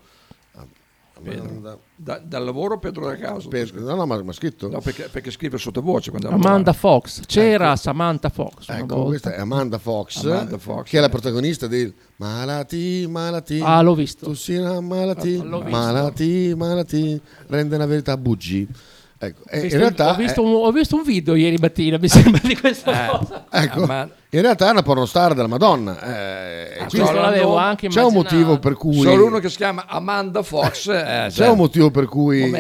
Dal lavoro Pedro da casa? No, ma mi ha scritto. No, perché scrive sottovoce quando Amanda Fox. C'era Samantha Fox. Ecco, questa è Amanda Fox, che è la protagonista del Malati. L'ho visto. Tu sei una malati, rende la verità bugie. Ecco, in realtà ho visto un video ieri mattina, mi sembra, di questa cosa. Ecco, in realtà è una pornostar della Madonna. L'avevo anche c'è un motivo per cui solo uno che si chiama Amanda Fox. C'è un motivo per cui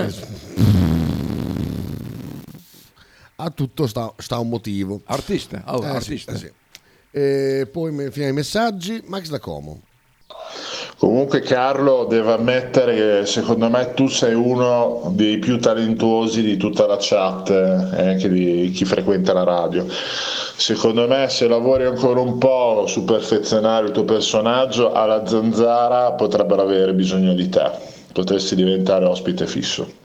a tutto sta un motivo. Artista. Artista. Sì. E poi fino ai messaggi, Max da Como. Comunque Carlo, devo ammettere che secondo me tu sei uno dei più talentuosi di tutta la chat, anche di chi frequenta la radio. Secondo me se lavori ancora un po' su perfezionare il tuo personaggio, alla Zanzara potrebbero avere bisogno di te, potresti diventare ospite fisso.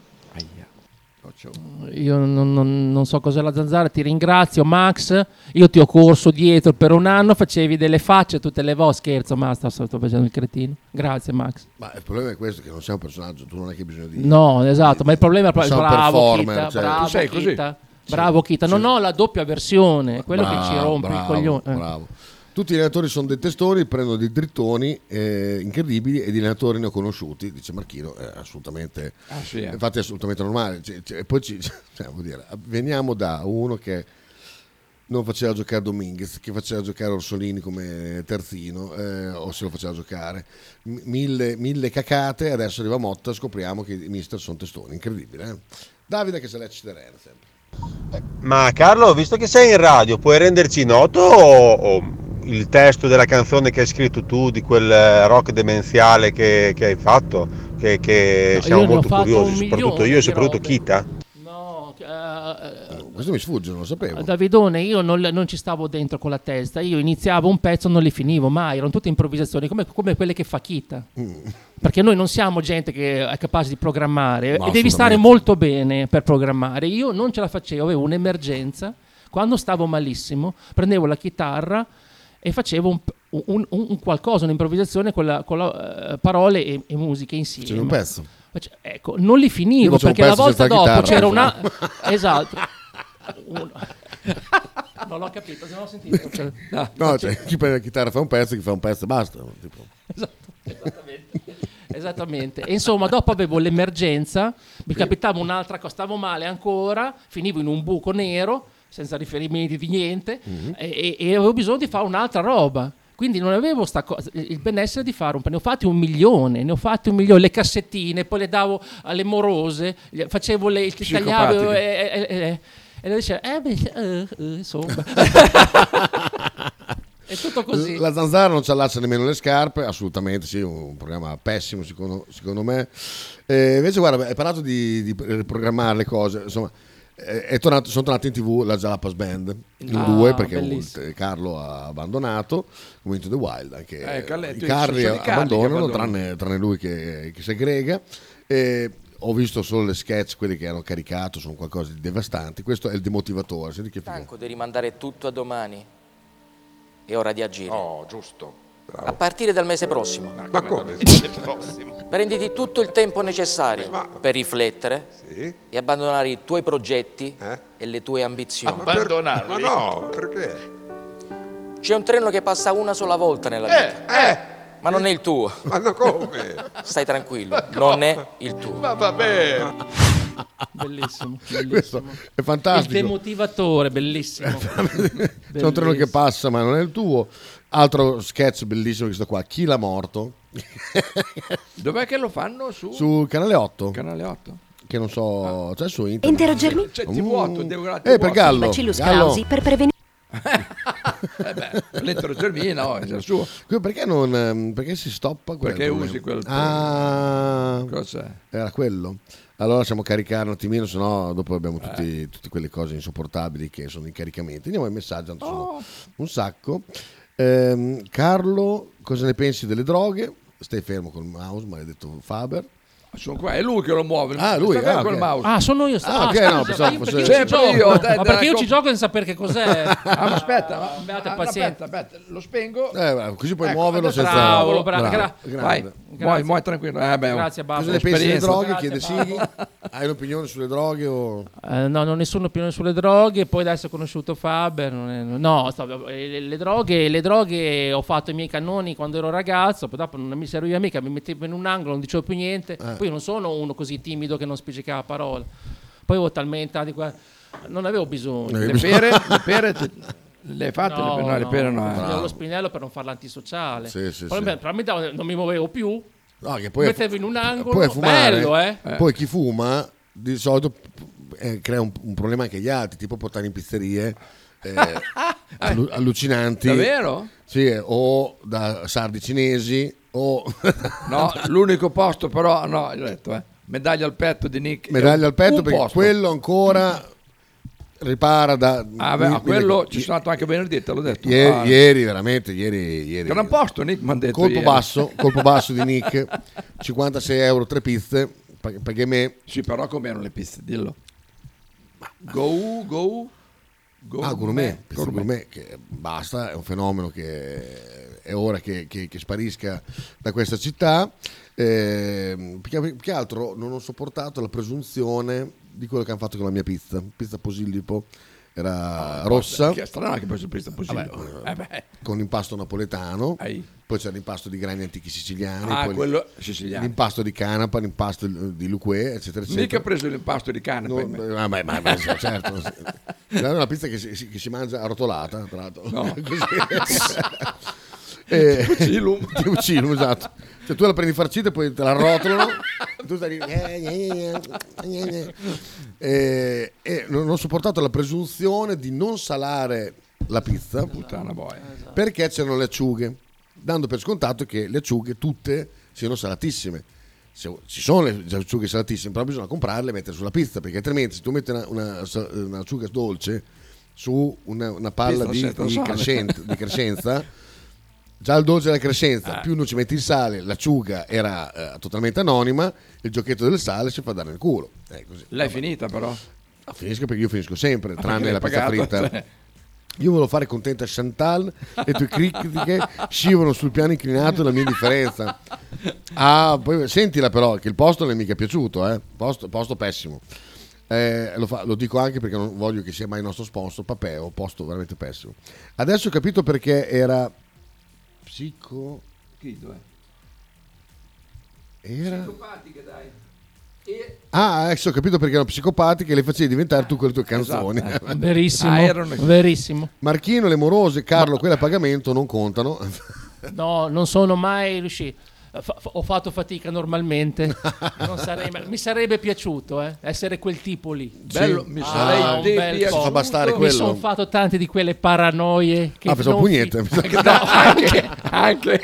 Io non so cos'è la Zanzara, ti ringrazio Max, io ti ho corso dietro per un anno, facevi delle facce tutte le volte, scherzo, ma sto facendo il cretino, grazie Max. Ma il problema è questo, che non sei un personaggio, tu non hai che bisogno di... No, esatto, ma il problema è proprio bravo Kita, tu sei così. Bravo Kita, non ho la doppia versione, quello che ci rompe il coglione. Bravo. Tutti gli allenatori sono dei testoni, prendono dei drittoni incredibili e di allenatori ne ho conosciuti, dice Marchino, assolutamente, infatti è assolutamente normale. Poi vuol dire, veniamo da uno che non faceva giocare Dominguez, che faceva giocare Orsolini come terzino, o se lo faceva giocare, mille cacate, adesso arriva Motta, scopriamo che i mister sono testoni, incredibile. Davide che se ci terrena sempre. Ma Carlo, visto che sei in radio, puoi renderci noto o il testo della canzone che hai scritto tu, di quel rock demenziale che hai fatto, che siamo molto curiosi, soprattutto io e soprattutto Kita? No, questo mi sfugge, non lo sapevo. Davidone, io non ci stavo dentro con la testa, io iniziavo un pezzo e non li finivo mai, erano tutte improvvisazioni come quelle che fa Kita. Perché noi non siamo gente che è capace di programmare e devi stare molto bene per programmare. Io non ce la facevo, avevo un'emergenza, quando stavo malissimo prendevo la chitarra e facevo un qualcosa, un'improvvisazione con la parole e musiche insieme. C'era un pezzo. Ecco, non li finivo perché la volta dopo c'era una... Esatto. Non l'ho capito, se non ho sentito. No, cioè, chi prende la chitarra fa un pezzo, chi fa un pezzo e basta. Tipo. Esattamente. E insomma, dopo avevo l'emergenza, mi capitava un'altra cosa, stavo male ancora, finivo in un buco nero, senza riferimenti di niente, e avevo bisogno di fare un'altra roba. Quindi non avevo il benessere di fare ne ho fatti 1 milione, le cassettine, poi le davo alle morose, facevo tagliavo e lei diceva, insomma. È tutto così. La Zanzara non ci allaccia nemmeno le scarpe, assolutamente sì, un programma pessimo secondo me. Invece guarda, hai parlato di riprogrammare le cose, insomma, sono tornati in TV la Jalapas Band, in 2 perché Carlo ha abbandonato, come Into the Wild, anche i carri abbandonano, tranne lui che si aggrega. Ho visto solo le sketch, quelli che hanno caricato, sono qualcosa di devastanti. Questo è il demotivatore. Senti che stanco di rimandare tutto a domani. È ora di agire. Oh, giusto. Bravo. A partire dal mese prossimo. Ma come? Il mese prossimo? Prenditi tutto il tempo necessario per riflettere e abbandonare i tuoi progetti e le tue ambizioni. Abbandonarli? Ma no, perché? C'è un treno che passa una sola volta nella vita. Ma non è il tuo. Ma no, come? Stai tranquillo, non è il tuo. Ma vabbè. Bellissimo. Questo è fantastico. Il demotivatore, bellissimo. C'è un treno che passa ma non è il tuo. Altro sketch bellissimo questo qua, Chi l'ha morto? Dov'è che lo fanno? Su Canale 8. Canale 8. Che non so, c'è su internet. Intero Germino. C'è TV8, per Gallo. Bacillus clausi per prevenire. L'entero Germino, è il suo. Perché si stoppa quello? Perché usi quel cos'è? Era quello. Allora lasciamo caricare un attimino, sennò dopo abbiamo tutte quelle cose insopportabili che sono i caricamenti. Andiamo ai messaggi, tanto sono un sacco. Carlo, cosa ne pensi delle droghe? Stai fermo col mouse, maledetto Faber. Sono qua, è lui che lo muove. Lui col mouse. Sono io. Perché io ci gioco senza sapere che cos'è. Ma aspetta, abbiate pazienza. Aspetta, lo spengo. Così puoi muoverlo senza. Bravo. Vai tranquillo. Grazie, Babbo. Cosa ne pensi delle droghe? Chiede Sighi. Hai un'opinione sulle droghe? O... no, non ho nessuna opinione sulle droghe. Poi adesso ho conosciuto Faber. Le droghe ho fatto i miei cannoni quando ero ragazzo. Poi dopo non mi serviva mica, mi mettevo in un angolo, non dicevo più niente. Poi non sono uno così timido che non spiccicava parola. Poi avevo talmente non avevo bisogno. Le pere le fatte? No, le pere no. Avevo lo spinello per non farlo antisociale. Sì. Però non mi muovevo più. No, che poi mettevo in un angolo. Poi fumare, bello, Poi chi fuma di solito crea un problema anche agli altri, tipo portare in pizzerie allucinanti. Davvero? Sì, o da sardi cinesi o no, l'unico posto però ho detto medaglia al petto di Nick. Medaglia al petto perché posto. Quello ancora ripara da quello ci sono stato anche venerdì, te l'ho detto. Ieri veramente gran posto Nick mi ha detto colpo basso di Nick. 56 euro 3 pizze, perché me sì, però com'erano le pizze, dillo. Go gourmet, che basta, è un fenomeno che è ora che sparisca da questa città. Più che altro non ho sopportato la presunzione di quello che hanno fatto con la mia pizza Posillipo. Era rossa, che è strano che poi pizza Posillipo con impasto napoletano. Poi c'era l'impasto di grani antichi siciliani, poi quello siciliano, l'impasto di canapa, l'impasto di Luque, eccetera. Mica ha preso l'impasto di canapa. Certo. È una pizza che si mangia arrotolata, tra l'altro. No. Uccilum, esatto. Cioè tu la prendi farcita e poi te la arrotolano. Tu stai e non ho sopportato la presunzione di non salare la pizza. Puttana boia. Perché c'erano le acciughe, dando per scontato che le acciughe tutte siano salatissime. Ci sono le acciughe salatissime, però bisogna comprarle e mettere sulla pizza, perché altrimenti se tu metti un'acciuga dolce su una palla di crescenza, già il dolce della crescenza, più non ci metti il sale, l'acciuga era totalmente anonima, il giochetto del sale si fa dare nel culo. Così. L'hai finita però? Finisco perché io finisco sempre, tranne la pizza fritta. Io volevo fare contenta Chantal, le tue critiche scivolano sul piano inclinato della mia indifferenza. Poi sentila però, che il posto non è mica piaciuto, posto pessimo. Lo dico anche perché non voglio che sia mai il nostro sponsor. Papeo, posto veramente pessimo. Adesso ho capito perché era psico. Chi dov'è? Era psicopatiche, dai. Adesso ho capito perché erano psicopatiche e le facevi diventare tu con le tue canzoni. Esatto. Verissimo. Marchino, le morose, Carlo, quelle a pagamento non contano. No, non sono mai riuscito. Ho fatto fatica normalmente. Mi sarebbe piaciuto essere quel tipo lì. Bello, mi sarei fa bastare quello. Mi sono fatto tante di quelle paranoie che pensavo pugnette. Anche.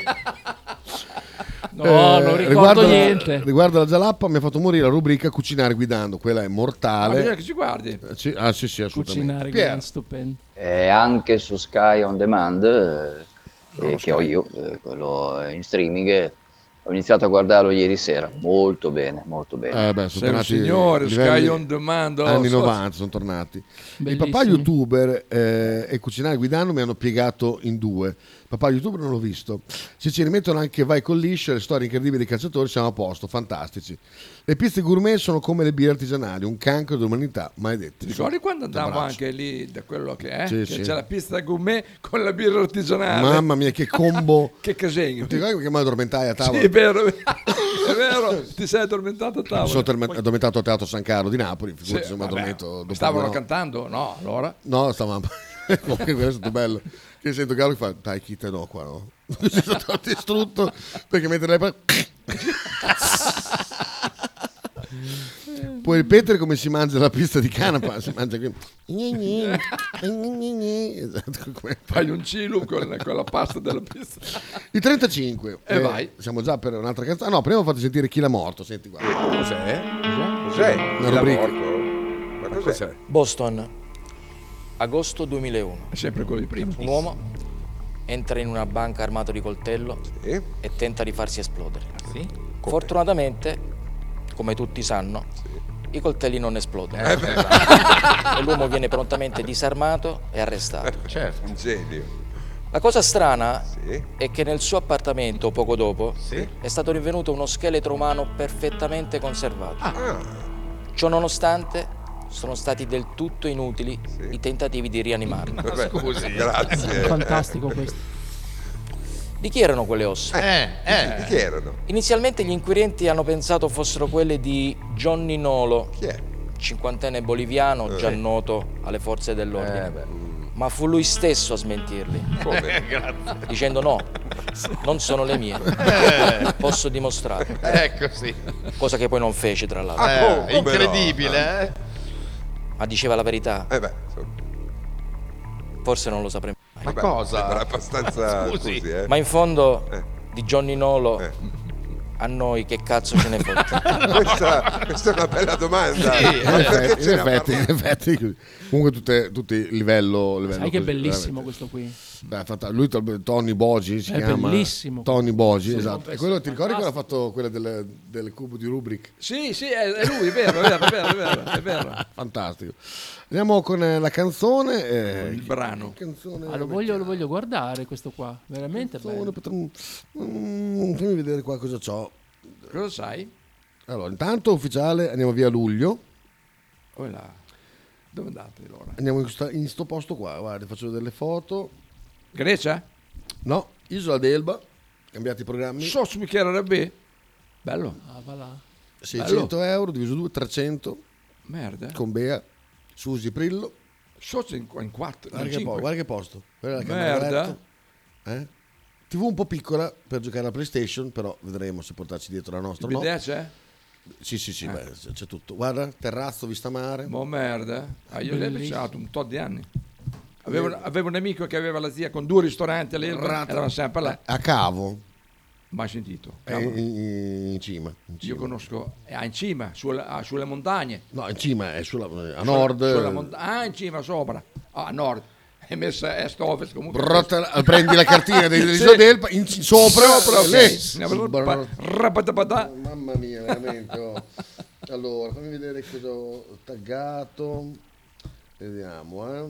No, non ricordo niente. Riguardo la Zalappa mi ha fatto morire la rubrica Cucinare guidando, quella è mortale. Bisogna che ci guardi. Sì, assolutamente. Cucinare guidando, stupendo. Anche su Sky On Demand, che ho io, quello in streaming, ho iniziato a guardarlo ieri sera, molto bene, molto bene. Sono Sei un tornati signore, Sky On Demand. Anni 90 sono tornati. Il papà youtuber e Cucinare guidando mi hanno piegato in due. Papà youtuber non l'ho visto. Se ci rimettono anche Vai con liscio e le storie incredibili dei calciatori siamo a posto, fantastici. Le piste gourmet sono come le birre artigianali, un cancro dell'umanità, maledetti. Ti ricordi quando andavo anche lì da quello che è? Sì, che sì. c'è la pista gourmet con la birra artigianale. Mamma mia, che combo. Che casegno. Ti ricordi che mi addormentai a tavola? Sì, è vero, è vero. Ti sei addormentato a tavola. Mi sono addormentato al Teatro San Carlo di Napoli. Figurati se mi vabbè, addormento dopo. Stavano cantando? No, allora? No, stavamo. Comunque questo è stato bello. Che sento Carlo che fa, dai, chi te no qua, no? Sei stato distrutto perché mentre lei puoi ripetere come si mangia la pista di canapa? Si mangia qui. Fai un cielo con la pasta della pista. I 35. E vai. Siamo già per un'altra canzone. No, prima fate sentire chi l'ha morto. Senti, guarda. Cos'è? Una rubrica. Ma cos'è? Boston, agosto 2001. È sempre quello di prima. Un uomo entra in una banca armato di coltello e tenta di farsi esplodere. Fortunatamente, come tutti sanno, i coltelli non esplodono. E l'uomo viene prontamente disarmato e arrestato. Certo, un genio. La cosa strana è che nel suo appartamento, poco dopo, è stato rinvenuto uno scheletro umano perfettamente conservato. Ciò nonostante, sono stati del tutto inutili i tentativi di rianimarlo. Scusi, grazie. Fantastico questo. Di chi erano quelle ossa? Di chi erano? Inizialmente gli inquirenti hanno pensato fossero quelle di Johnny Nolo, Chi è? cinquantenne boliviano già noto alle forze dell'ordine. Ma fu lui stesso a smentirli. Come? Dicendo no, non sono le mie. Posso dimostrarlo. Ecco sì. Cosa che poi non fece, tra l'altro. Incredibile, eh? Ma diceva la verità. Beh, Forse non lo sapremo mai. ma cosa? Sembra abbastanza scusi, Ma in fondo di Johnny Nolo a noi che cazzo ce ne fotte? Questa è una bella domanda. In effetti. Comunque tutti il livello Sai che è così, bellissimo veramente. questo qui. Beh, lui Tony Bogi si È chiama. bellissimo. Tony Bogi, Sì, esatto. E quello ti ricordi che ha fatto quella del cubo di Rubrik? Sì, è lui, è vero. Fantastico. Andiamo con la canzone. Il brano. Lo voglio guardare questo qua, veramente bello. Fammi vedere qua cosa c'ho. Cosa sai? Allora, intanto ufficiale, andiamo via Luglio. Dove andate allora? Andiamo in sto posto qua, guarda, faccio delle foto. Grecia? No, Isola d'Elba, cambiati i programmi. Sos Michele B. Bello. Va là. 600 euro diviso 2, 300. Merda. Con Bea, Susi Prillo. Sos in 4. Guarda che posto. Quella è la Merda. camera TV un po' piccola per giocare alla PlayStation, però vedremo se portarci dietro la nostra. Il bidet c'è? Sì, beh, c'è tutto. Guarda, terrazzo, vista mare. Ma merda. Io l'ho c'ato un tot di anni. Avevo un amico che aveva la zia con 2 ristoranti all'Elba. Eravamo sempre là. A Cavo. Mai sentito. In cima. Io conosco in cima, sulle montagne. No, in cima è a nord. In cima sopra. A nord. È messa est-ovest comunque. Prendi la cartina dell'Isola d'Elba sopra. Mamma mia, veramente. Allora, fammi vedere cosa ho taggato. Vediamo,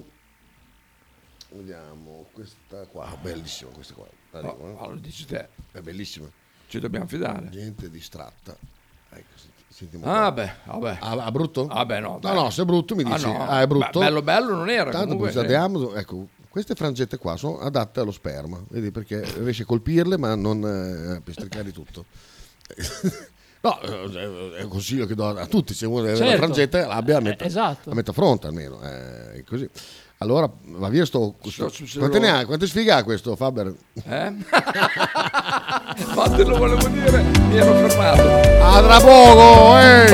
questa qua, bellissima questa qua. Allora dici te. È bellissima. Ci dobbiamo fidare. Gente distratta. Vabbè. Ah, brutto? Vabbè, no. No, se è brutto mi dici. No. È brutto. Bello non era. Tanto Comunque, ecco, queste frangette qua sono adatte allo sperma, vedi, perché riesci a colpirle ma non per stricarli tutto. No, è un consiglio che do a tutti, se uno deve una frangetta l'abbia a metà fronte almeno, è così. Allora va via quante sfighe ha questo Faber? Infatti lo volevo dire, mi ero fermato. A tra poco,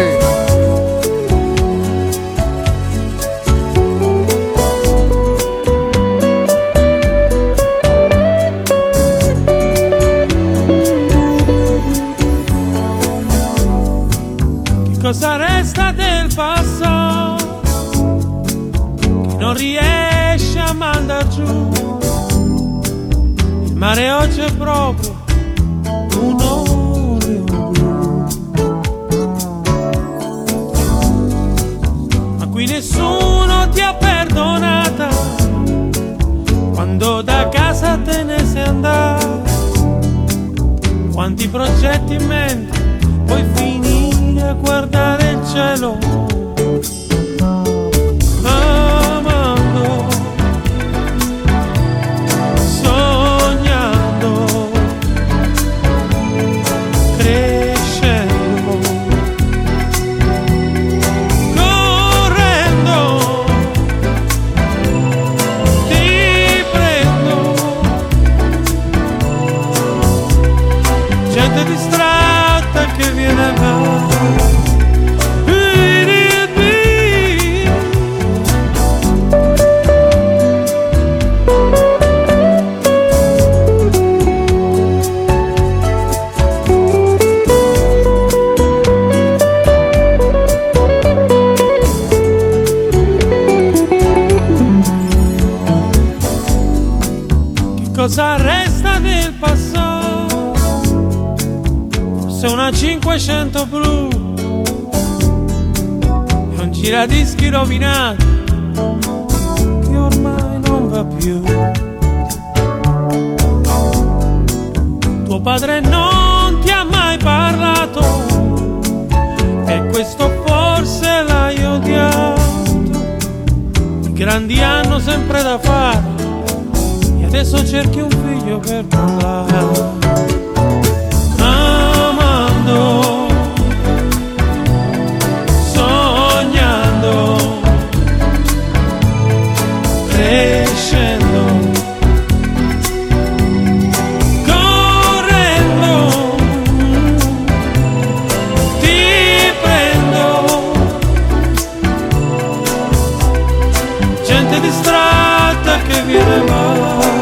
Cosa resta del passato che non riesce a mandar giù? Il mare oggi è proprio un olio blu, ma qui nessuno ti ha perdonata quando da casa te ne sei andato. Quanti progetti in mente puoi finire a guardare il cielo, amando, sognando, crescendo, correndo, ti prendo, gente distratta che viene a cosa resta del passato? Forse una 500 blu e un giradischi rovinato che ormai non va più. Tuo padre non ti ha mai parlato, per questo forse l'hai odiato. I grandi hanno sempre da fare, adesso cerchi un figlio per parlare, amando, sognando, crescendo, correndo, ti prendo, gente distratta che viene e va.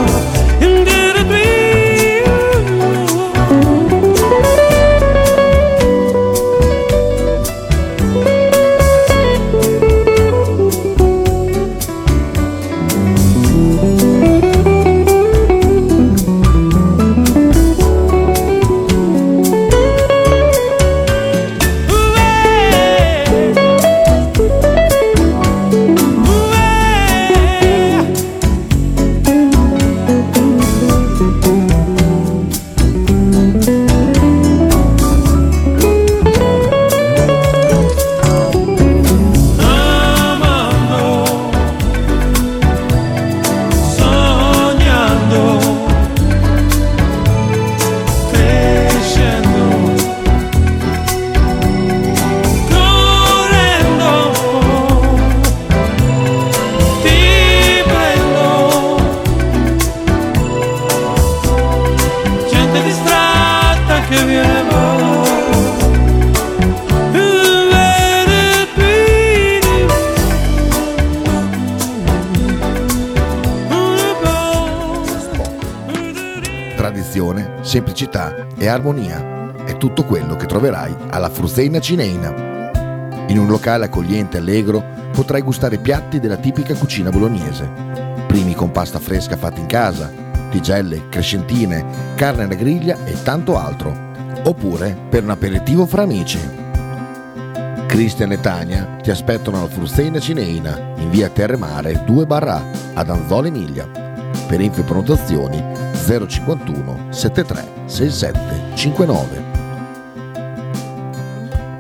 Tradizione, semplicità e armonia è tutto quello che troverai alla Fruzeina Cineina. In un locale accogliente e allegro potrai gustare piatti della tipica cucina bolognese, primi con pasta fresca fatta in casa, tigelle, crescentine, carne alla griglia e tanto altro, oppure per un aperitivo fra amici. Cristian e Tania ti aspettano alla Fruzeina Cineina in via Terremare 2/A ad Anzola Emilia. Per info e prenotazioni 051 73 67 59.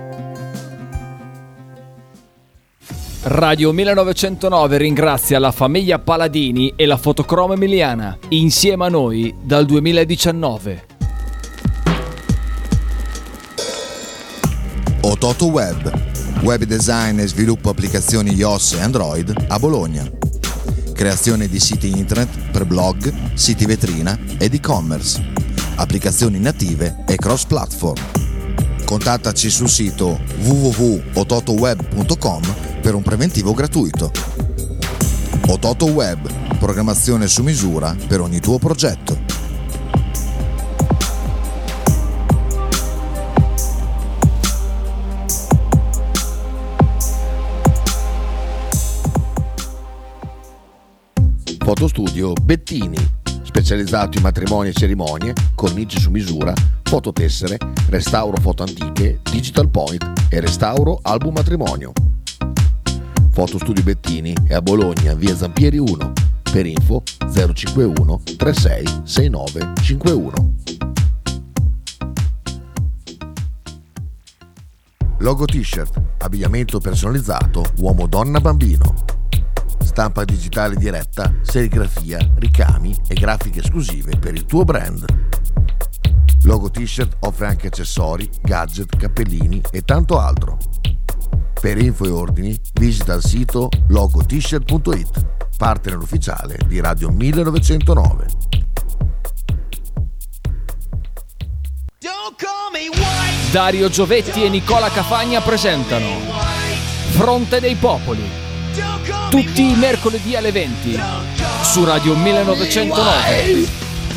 Radio 1909 ringrazia la famiglia Paladini e la Fotocromo Emiliana, insieme a noi dal 2019. Ototo Web, web design e sviluppo applicazioni iOS e Android a Bologna. Creazione di siti internet per blog, siti vetrina ed e-commerce, applicazioni native e cross-platform. Contattaci sul sito www.ototoweb.com per un preventivo gratuito. Ototo Web, programmazione su misura per ogni tuo progetto. Fotostudio Bettini, specializzato in matrimoni e cerimonie, cornici su misura, fototessere, restauro foto antiche, digital point e restauro album matrimonio. Fotostudio Bettini è a Bologna, via Zampieri 1, per info 051 36 69 51. Logo T-shirt, abbigliamento personalizzato uomo, donna, bambino. Stampa digitale diretta, serigrafia, ricami e grafiche esclusive per il tuo brand. Logo T-shirt offre anche accessori, gadget, cappellini e tanto altro. Per info e ordini visita il sito logotshirt.it, partner ufficiale di Radio 1909. Dario Giovetti e Nicola Cafagna presentano Fronte dei Popoli, tutti i mercoledì alle 20 su Radio 1909.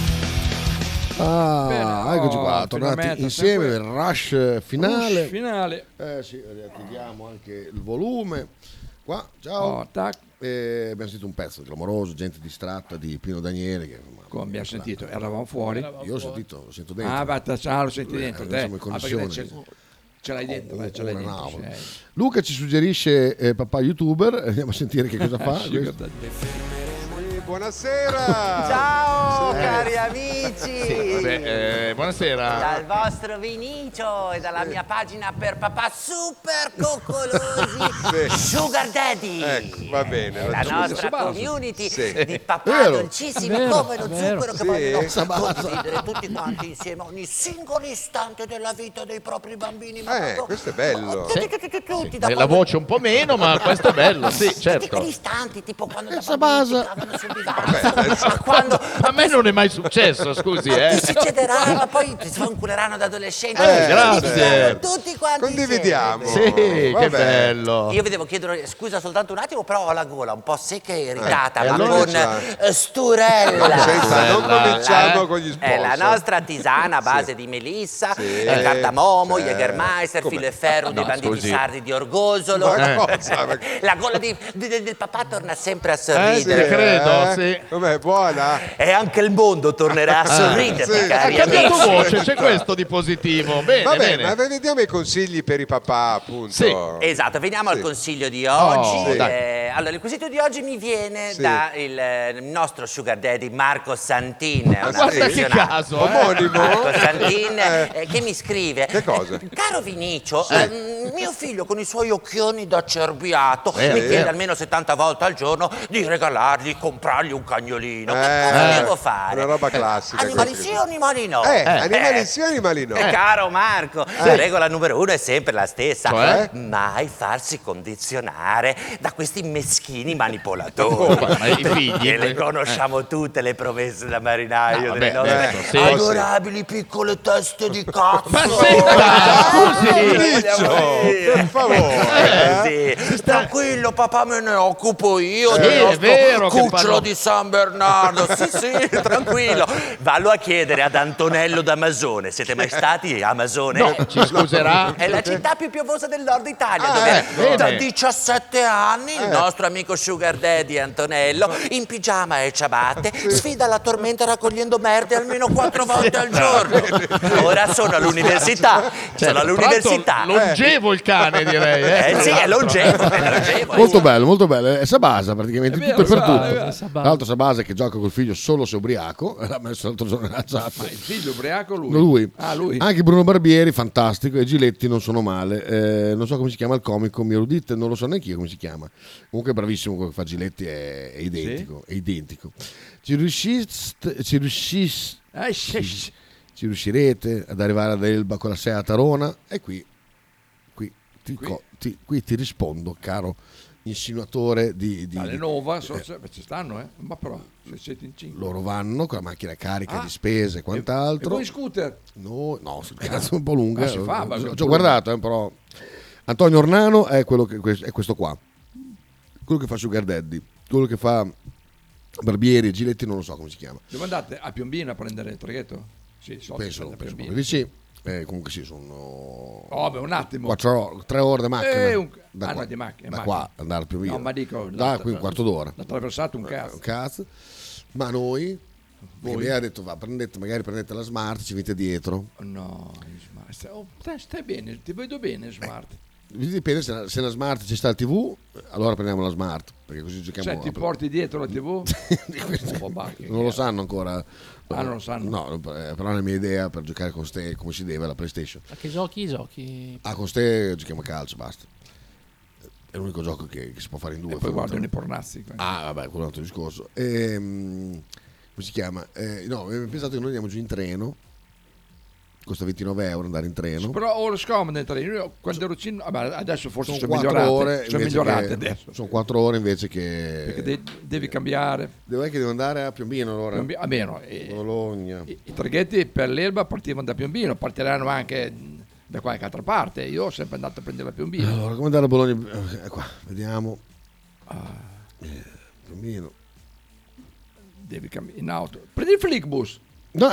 Eccoci qua, tornati insieme nel rush finale. Finale. Sì, attiviamo anche il volume. Qua, ciao. Abbiamo sentito un pezzo clamoroso, gente distratta di Pino Daniele. Che, come abbiamo sentito? Eravamo fuori? Io lo sento dentro. Lo senti dentro te. Siamo in connessione. Ce l'hai dentro, ce l'hai dentro. Luca ci suggerisce papà youtuber, andiamo a sentire che cosa fa. Buonasera! Ciao cari amici! Buonasera! Dal vostro Vinicio e dalla mia pagina per papà super coccolosi Sugar Daddy! Ecco, va bene. La nostra community di papà dolcissimi come lo zucchero che vogliono condividere tutti quanti insieme ogni singolo istante della vita dei propri bambini. Questo è bello! Tutti, la voce un po' meno, ma questo è bello, sì, certo. Tutti quegli istanti, tipo quando a me non è mai successo, scusi, Ti succederà, ma poi ti sfanculeranno da adolescenti. Grazie. Tutti quanti condividiamo. Sì, che bello. Io vi devo chiedere scusa soltanto un attimo, però ho la gola un po' secca e irritata, ma allora con sturella. Non cominciamo con gli sponsor. È la nostra tisana a base di melissa, cardamomo, Jägermeister, filo e ferro dei banditi sardi di Orgosolo. La gola del papà torna sempre a sorridere. Credo, sì. Com'è, buona? E anche il mondo tornerà a sorridere, cari Ha amici. cambiato voce, c'è questo di positivo. Bene, bene. Ma vediamo i consigli per i papà, appunto. Sì. Esatto, veniamo al consiglio di oggi. Dai. Allora, il consiglio di oggi mi viene da il nostro sugar daddy Marco Santin. Guarda che caso, omonimo. Marco Santin che mi scrive: che cosa? Caro Vinicio, mio figlio con i suoi occhioni da cerbiato mi chiede almeno 70 volte al giorno di regalargli, comprargli un cagnolino. Che cosa devo fare? Una roba classica. Animali sì o animali no? Animali sì o animali no? Caro Marco, la regola numero 1 è sempre la stessa. Cioè? Mai farsi condizionare da questi meschini manipolatori. I figli. Le conosciamo tutte le promesse da marinaio delle vabbè, nostre adorabili piccole teste di cazzo. Ma scusi! Per favore. Sì. Tranquillo papà, me ne occupo io del è nostro vero che cucciolo di San Bernardo. Sì, tranquillo. Vallo a chiedere ad Antonello d'Amazone. Siete mai stati a Amazone? No, ci scuserà. È la città più piovosa del nord Italia, dove da 17 anni il nostro nostro amico Sugar Daddy Antonello, in pigiama e ciabatte, sfida la tormenta raccogliendo merde almeno 4 volte al giorno. Ora sono all'università. Sono all'università. Longevo il cane, direi. Sì, è longevo. Molto bello, molto bello. È Sabasa praticamente, È vero, tutto e per Sabasa, tutto. Tra l'altro Sabasa che gioca col figlio solo se ubriaco, l'ha messo l'altro giorno nella chat. Ma il figlio ubriaco lui? No, lui. Ah, lui. Anche Bruno Barbieri, fantastico, e Giletti non sono male. Non so come si chiama il comico, mi erudite, non lo so neanche io come si chiama. Comunque è bravissimo, quello che fa Giletti è identico, Sì? è identico. Ci riuscirete ad arrivare ad Elba con la Seat Arona? E qui ti rispondo, caro insinuatore di Dalle Nova, ci stanno, ma però se siete in 5. loro vanno con la macchina carica di spese e quant'altro. E voi scooter? No, cazzo, è un po' lunga. Si fa, ma ci ho guardato, però. Antonio Ornano è quello che è questo qua. Quello che fa Sugar Daddy, quello che fa Barbieri e Giletti non lo so come si chiama. Dove andate? A Piombino a prendere il traghetto? Sì, Penso proprio di sì. Comunque sì, sono Oh, beh, un attimo. 3 ore di macchina. Da qua, di macchina, da qua andare più via. No, ma dico, da qui un quarto d'ora. Attraversato un cazzo. Ma noi lei ha detto magari prendete la Smart, ci venite dietro. No, Smart. Stai bene, ti vedo bene Smart. Dipende se la Smart ci sta il TV, allora prendiamo la Smart, perché così giochiamo. Cioè, ti porti dietro la TV? Non lo sanno ancora. Non lo sanno. No, però è la mia idea per giocare con ste come si deve alla PlayStation. A che giochi? Con ste giochiamo a calcio, basta. È l'unico gioco che si può fare in due. E poi guardano i pornazzi. Vabbè, quello è un altro discorso. Come si chiama? No, avevo pensato che noi andiamo giù in treno. Costa 29 euro andare in treno. Però ora scomodo in treno. Io quando ero adesso forse sono 4 migliorate. ore. Sono migliorate adesso. Sono 4 ore invece che. Perché devi cambiare. Devo andare a Piombino allora. A meno. Bologna. I traghetti per l'Elba partivano da Piombino, partiranno anche da qualche altra parte. Io ho sempre andato a prendere la Piombino. Allora, come andare a Bologna? Qua, vediamo. Piombino. Devi cambiare in auto. Prendi il Flixbus. No.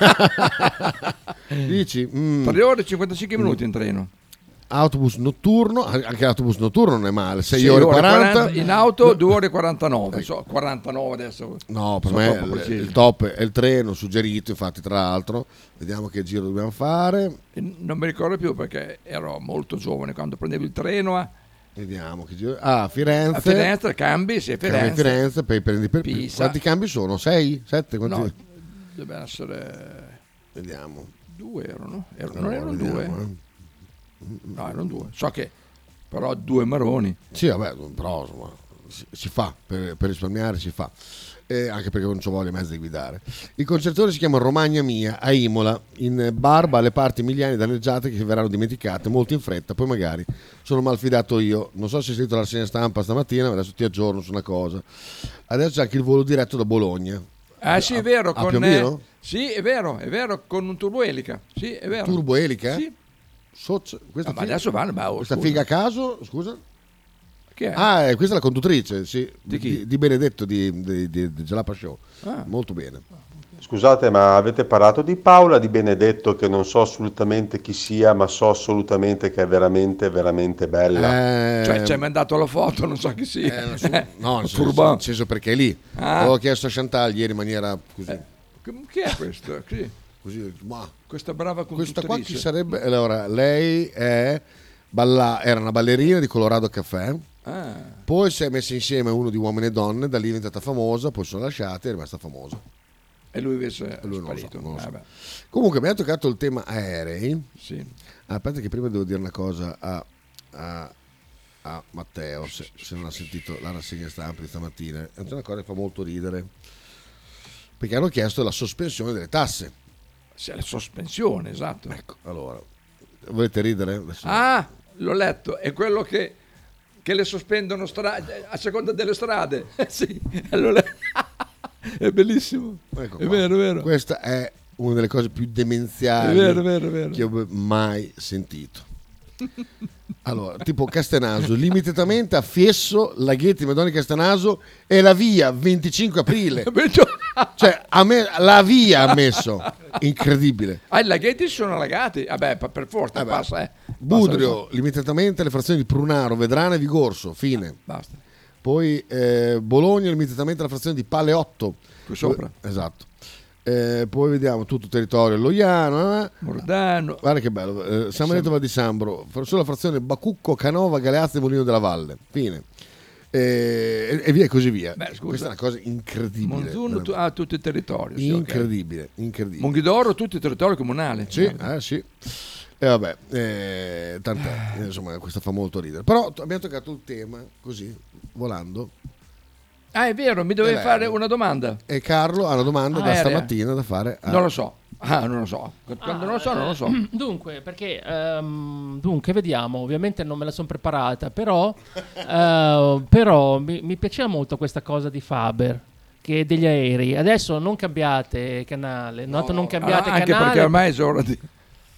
Dici? 3 ore e 55 minuti in treno. Autobus notturno, anche l'autobus notturno non è male, 6 ore e 40. In auto 2 ore e 49. 49 adesso. No, per me il top è il treno suggerito, infatti, tra l'altro. Vediamo che giro dobbiamo fare. Non mi ricordo più perché ero molto giovane quando prendevo il treno. Vediamo che giro. Firenze. A Firenze cambi, sì, Firenze, poi prendi per Pisa. Quanti cambi sono? 6? 7? No, deve essere. Vediamo. 2 erano. Non erano 2. No, erano 2. So che però 2 maroni. Sì, vabbè, però insomma, si fa per risparmiare, si fa. Anche perché non ci voglio mezzo di guidare. Il concertore si chiama Romagna Mia a Imola, in barba alle parti emiliane danneggiate che verranno dimenticate molto in fretta. Poi magari sono malfidato io. Non so se hai sentito la rassegna stampa stamattina, ma adesso ti aggiorno su una cosa. Adesso c'è anche il volo diretto da Bologna. Sì, è vero. A Piombino? Sì, è vero, con un turboelica. Sì, è vero. Turboelica? Sì. Ma adesso vanno. Questa figa a caso, scusa? Che è? Questa è la conduttrice, sì, di di Benedetto di Jalapa Show. Molto bene. Scusate, ma avete parlato di Paola Di Benedetto, che non so assolutamente chi sia, ma so assolutamente che è veramente, veramente bella. Cioè, ci hai mandato la foto, non so chi sia. No, nel senso perché è lì. Avevo chiesto a Chantal ieri in maniera così. Chi è questo? Sì. Così, ma questa brava conduttrice. Questa qua chi sarebbe? Allora, lei era una ballerina di Colorado Café. Poi si è messa insieme a uno di Uomini e Donne, da lì è diventata famosa, poi sono lasciate e è rimasta famosa. E lui invece è sparito. Non lo so. Comunque mi ha toccato il tema aerei. Sì. Aspetta che prima devo dire una cosa a Matteo, se non ha sentito la rassegna stampa di stamattina. È una cosa che fa molto ridere, perché hanno chiesto la sospensione delle tasse. Sì, la sospensione, esatto. Ecco, allora, volete ridere? Adesso... L'ho letto, è quello che le sospendono a seconda delle strade. Sì, allora... È bellissimo. Ecco, è vero. Questa è una delle cose più demenziali vero. che ho mai sentito. Allora, tipo Castenaso, limitatamente a Fiesso, Laghetti, Madonna Castenaso e la via 25 aprile. Cioè, la via ha messo. Incredibile. I laghetti sono allagati. Vabbè, per forza passa. Budrio, limitatamente alle frazioni di Prunaro, Vedrana e Vigorso. Fine. Basta. Poi Bologna limitatamente alla frazione di Paleotto. Qui sopra. Esatto. Poi vediamo tutto il territorio Loiano, Mordano. Guarda che bello. San Benedetto Val di Sambro, solo la frazione Bacucco, Canova, Galeazzo e Molino della Valle. Fine. E via così via. Questa è una cosa incredibile. Monzuno ha tutto il territorio. Incredibile. Monghidoro tutto il territorio comunale. Sì. E vabbè, tant'è. Insomma, questo fa molto ridere. Però abbiamo toccato il tema così, volando. Ah, è vero, mi dovevi fare una domanda. E Carlo ha una domanda da stamattina da fare. Non lo so. Non lo so. Quando non lo so, non lo so. Dunque, perché vediamo, ovviamente non me la sono preparata, però mi piaceva molto questa cosa di Faber, che degli aerei. Adesso non cambiate canale, non cambiate canale. Anche perché ormai è ora di...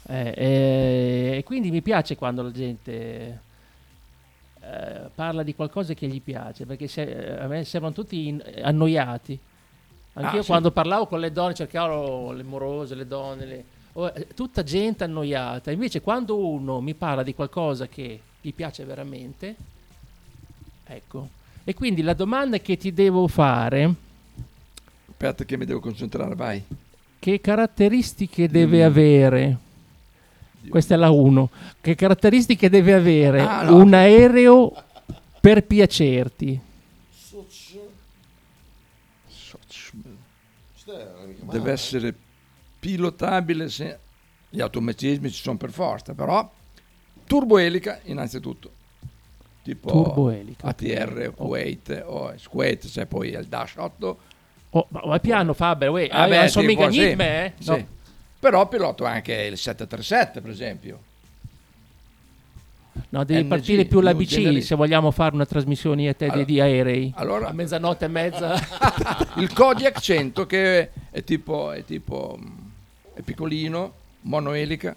E quindi mi piace quando la gente parla di qualcosa che gli piace, perché a me sembrano tutti annoiati. Anch'io quando parlavo con le donne cercavo le morose, le donne, tutta gente annoiata. Invece quando uno mi parla di qualcosa che gli piace veramente, ecco. E quindi la domanda che ti devo fare... Aspetta che mi devo concentrare, vai. Che caratteristiche deve avere... Questa è la 1. Che caratteristiche deve avere un aereo per piacerti? Deve essere pilotabile, gli automatismi ci sono per forza, però turboelica innanzitutto, tipo turboelica, ATR, Kuwait o Kuwait, c'è poi il Dash 8. Ma piano Faber, non sono mica me, sì. No. Però piloto anche il 737 per esempio. No, devi partire più l'ABC se vogliamo fare una trasmissione di aerei. Allora, a mezzanotte e mezza. Il Kodiak 100 che è tipo è piccolino, monoelica.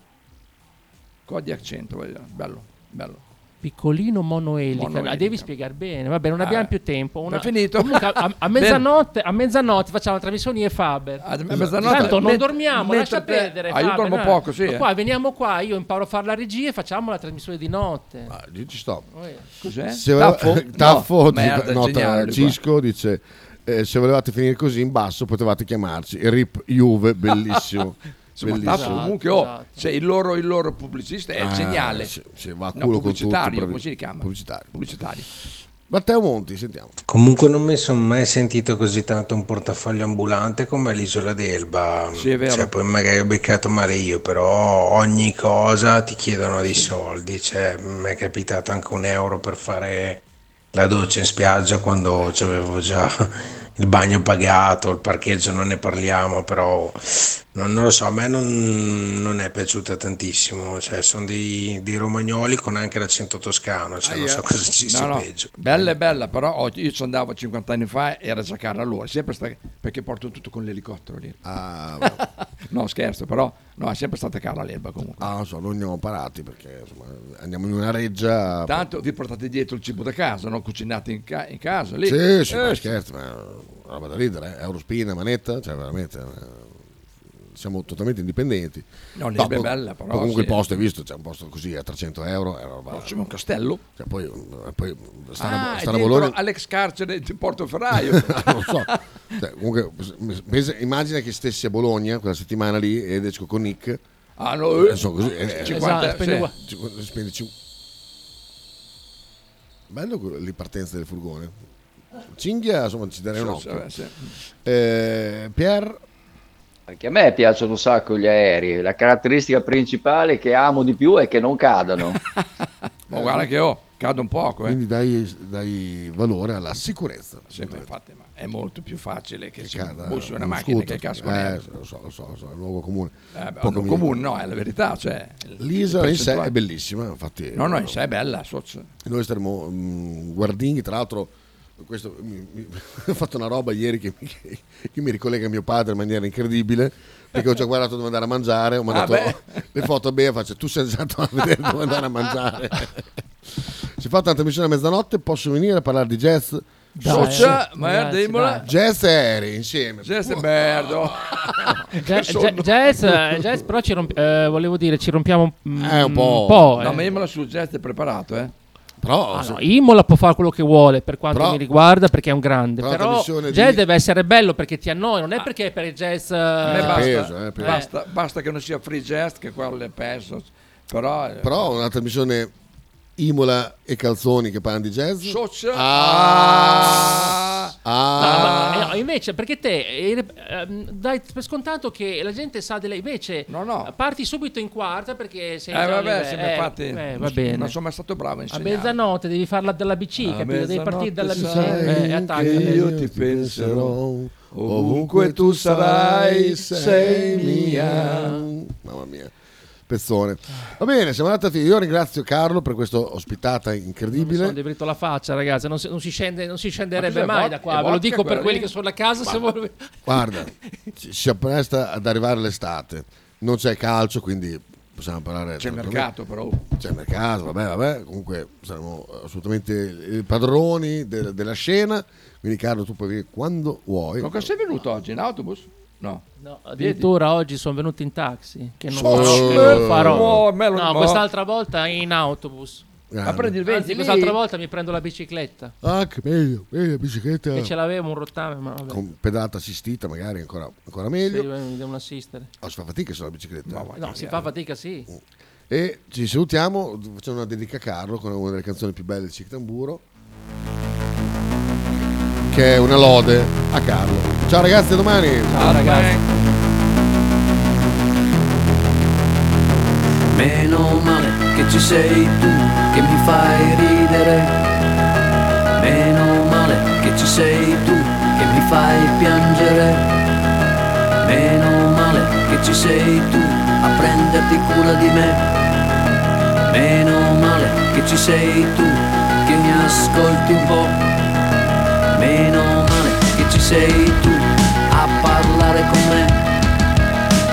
Kodiak 100, bello. Piccolino monoelica. La devi spiegare bene. Vabbè, non abbiamo più tempo. È finito. Comunque, a mezzanotte facciamo trasmissioni e Faber. Tanto non dormiamo, lascia perdere. Io dormo poco, sì. Qua veniamo qua, io imparo a fare la regia e facciamo la trasmissione di notte. Io ci sto. Cos'è? Taffo nota Cisco dice se volevate finire così in basso potevate chiamarci Rip Juve, bellissimo. Comunque cioè il loro pubblicista è geniale. Va a culo pubblicitario, con come si chiama? Pubblicitario. Matteo Monti, sentiamo. Comunque non mi sono mai sentito così tanto un portafoglio ambulante come l'isola d'Elba. Sì, è vero. Cioè, poi magari ho beccato male io, però ogni cosa ti chiedono dei soldi. Cioè, mi è capitato anche €1 per fare la doccia in spiaggia quando avevo già il bagno pagato, il parcheggio non ne parliamo, però non lo so, a me non è piaciuta tantissimo, cioè sono dei romagnoli con anche l'accento toscano, cioè non so cosa ci sia peggio. Bella, però io ci andavo 50 anni fa e era già cara allora, sempre perché porto tutto con l'elicottero lì. No, scherzo, però è sempre stata cara l'Elba comunque. Non so, noi andiamo parati perché insomma, andiamo in una reggia. Tanto vi portate dietro il cibo da casa, no? Cucinate in casa lì. Sì, ma scherzo, ma roba da ridere, Eurospina, manetta, cioè veramente siamo totalmente indipendenti. No, l'Elba è bella, però comunque il posto, hai visto, c'è un posto così a €300, c'è un castello. Cioè, poi sta a Bologna, Bologna all'ex carcere di Portoferraio. Non so. Cioè, comunque immagina che stessi a Bologna quella settimana lì ed esco con Nick. Così, 50 spendi bello le partenze del furgone. Cinghia, insomma, ci darei un occhio. Pier. Anche a me piacciono un sacco gli aerei. La caratteristica principale che amo di più è che non cadano. Ma guarda che cado un poco. Quindi dai valore alla sicurezza. Sempre, infatti, ma è molto più facile che si bussi una macchina che casca un aereo. Lo so, è un luogo comune. Comune no, è la verità. Cioè, l'isola in sé è bellissima, infatti. No, in sé è bella. Noi staremo guardinghi, tra l'altro. Questo ho fatto una roba ieri che mi ricollega a mio padre in maniera incredibile, perché ho già guardato dove andare a mangiare, ho mandato le foto a Bea, faccio tu sei andato a vedere dove andare a mangiare. Si fa tanta missione a mezzanotte, posso venire a parlare di jazz? Jazz e aerei insieme. Jazz è merda. Jazz però volevo dire ci rompiamo un po'. No, ma io me la sul jazz è preparato, Però no, Imola può fare quello che vuole per quanto mi riguarda, perché è un grande. Però jazz deve essere bello perché ti annoia, non è perché per il jazz basta che non sia free jazz, che quello è peso. Però una trasmissione Imola e Calzoni che parlano di jazz. No, invece perché te dai per scontato che la gente sa delle, invece parti subito in quarta perché sei va bene. Non sono mai stato bravo a insegnare. A mezzanotte devi farla dalla BC, capito? Devi partire dalla BC io ti penserò ovunque tu sarai, sei mia. Mamma mia, pezzone. Va bene, siamo andati a finire. Io ringrazio Carlo per questa ospitata incredibile. Mi sono debrito la faccia, ragazzi, non si scenderebbe mai da qua, ve lo dico per quelli che sono a casa. Guarda, si appresta ad arrivare l'estate, non c'è calcio, quindi possiamo parlare. C'è mercato, però. C'è mercato, vabbè. Comunque saremo assolutamente i padroni della scena. Quindi Carlo, tu puoi venire quando vuoi. Ma che sei venuto oggi in autobus? No, addirittura oggi sono venuto in taxi, che non farò. Quest'altra volta in autobus. Ma prendi il 20. Quest'altra volta mi prendo la bicicletta. Ah, che meglio, la bicicletta. Che ce l'avevo un rottame, ma vabbè. Con pedata assistita magari ancora meglio. Sì, mi devono assistere. Si fa fatica sulla bicicletta. No, si fa fatica, sì. E ci salutiamo, facciamo una dedica a Carlo con una delle canzoni più belle di Chic Tamburo, che è una lode a Carlo. Ciao ragazzi, a domani. Ciao ragazzi. Meno male che ci sei tu, che mi fai ridere. Meno male che ci sei tu, che mi fai piangere. Meno male che ci sei tu a prenderti cura di me. Meno male che ci sei tu, che mi ascolti un po'. Meno male che ci sei